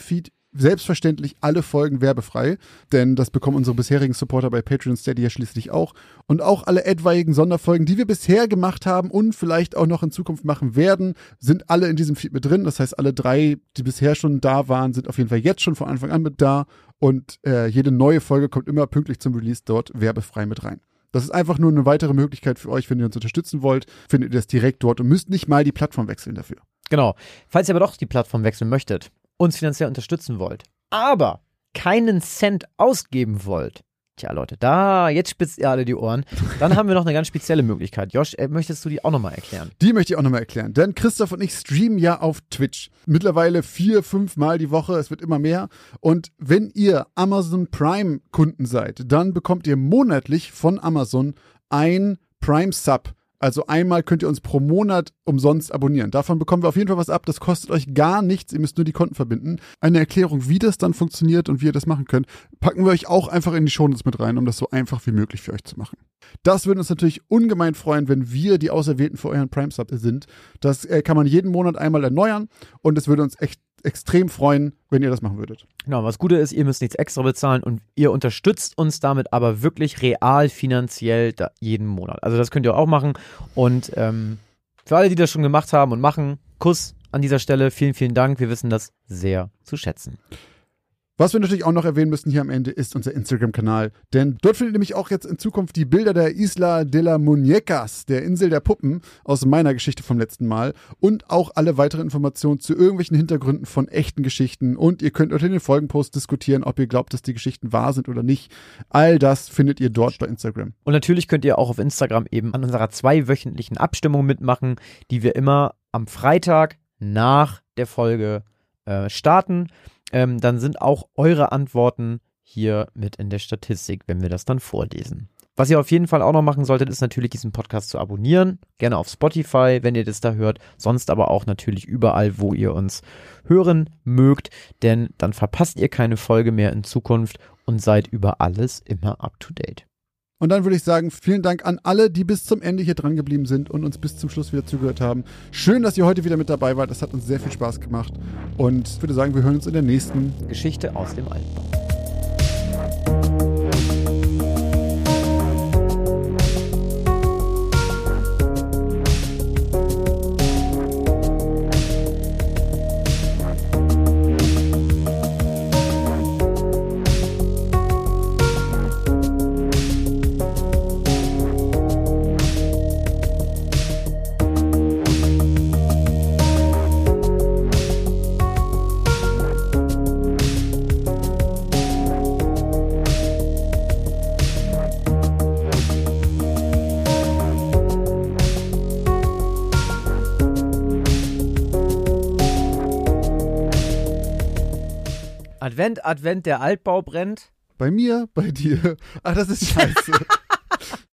selbstverständlich alle Folgen werbefrei, denn das bekommen unsere bisherigen Supporter bei Patreon und Steady ja schließlich auch. Und auch alle etwaigen Sonderfolgen, die wir bisher gemacht haben und vielleicht auch noch in Zukunft machen werden, sind alle in diesem Feed mit drin. Das heißt, alle 3, die bisher schon da waren, sind auf jeden Fall jetzt schon von Anfang an mit da. Und jede neue Folge kommt immer pünktlich zum Release dort werbefrei mit rein. Das ist einfach nur eine weitere Möglichkeit für euch, wenn ihr uns unterstützen wollt, findet ihr das direkt dort und müsst nicht mal die Plattform wechseln dafür. Genau. Falls ihr aber doch die Plattform wechseln möchtet, uns finanziell unterstützen wollt, aber keinen Cent ausgeben wollt, tja Leute, jetzt spitzt ihr alle die Ohren, dann haben wir noch eine ganz spezielle Möglichkeit. Josh, möchtest du die auch nochmal erklären? Die möchte ich auch nochmal erklären, denn Christoph und ich streamen ja auf Twitch. Mittlerweile 4-5 Mal die Woche, es wird immer mehr. Und wenn ihr Amazon Prime Kunden seid, dann bekommt ihr monatlich von Amazon ein Prime Sub. Also einmal könnt ihr uns pro Monat umsonst abonnieren. Davon bekommen wir auf jeden Fall was ab. Das kostet euch gar nichts. Ihr müsst nur die Konten verbinden. Eine Erklärung, wie das dann funktioniert und wie ihr das machen könnt, packen wir euch auch einfach in die Shownotes mit rein, um das so einfach wie möglich für euch zu machen. Das würde uns natürlich ungemein freuen, wenn wir die Auserwählten für euren Prime-Sub sind. Das kann man jeden Monat einmal erneuern und es würde uns echt extrem freuen, wenn ihr das machen würdet. Genau, was Gute ist, ihr müsst nichts extra bezahlen und ihr unterstützt uns damit aber wirklich real finanziell jeden Monat. Also das könnt ihr auch machen und für alle, die das schon gemacht haben und machen, Kuss an dieser Stelle, vielen, vielen Dank. Wir wissen das sehr zu schätzen. Was wir natürlich auch noch erwähnen müssen hier am Ende ist unser Instagram-Kanal, denn dort findet ihr nämlich auch jetzt in Zukunft die Bilder der Isla de la Muñecas, der Insel der Puppen aus meiner Geschichte vom letzten Mal und auch alle weiteren Informationen zu irgendwelchen Hintergründen von echten Geschichten und ihr könnt unter den Folgenposts diskutieren, ob ihr glaubt, dass die Geschichten wahr sind oder nicht. All das findet ihr dort bei Instagram. Und natürlich könnt ihr auch auf Instagram eben an unserer 2-wöchentlichen Abstimmung mitmachen, die wir immer am Freitag nach der Folge starten. Dann sind auch eure Antworten hier mit in der Statistik, wenn wir das dann vorlesen. Was ihr auf jeden Fall auch noch machen solltet, ist natürlich diesen Podcast zu abonnieren. Gerne auf Spotify, wenn ihr das da hört. Sonst aber auch natürlich überall, wo ihr uns hören mögt. Denn dann verpasst ihr keine Folge mehr in Zukunft und seid über alles immer up to date. Und dann würde ich sagen, vielen Dank an alle, die bis zum Ende hier dran geblieben sind und uns bis zum Schluss wieder zugehört haben. Schön, dass ihr heute wieder mit dabei wart. Das hat uns sehr viel Spaß gemacht. Und ich würde sagen, wir hören uns in der nächsten Geschichte aus dem Altbau. Advent, Advent, der Altbau brennt. Bei mir, bei dir. Ach, das ist scheiße.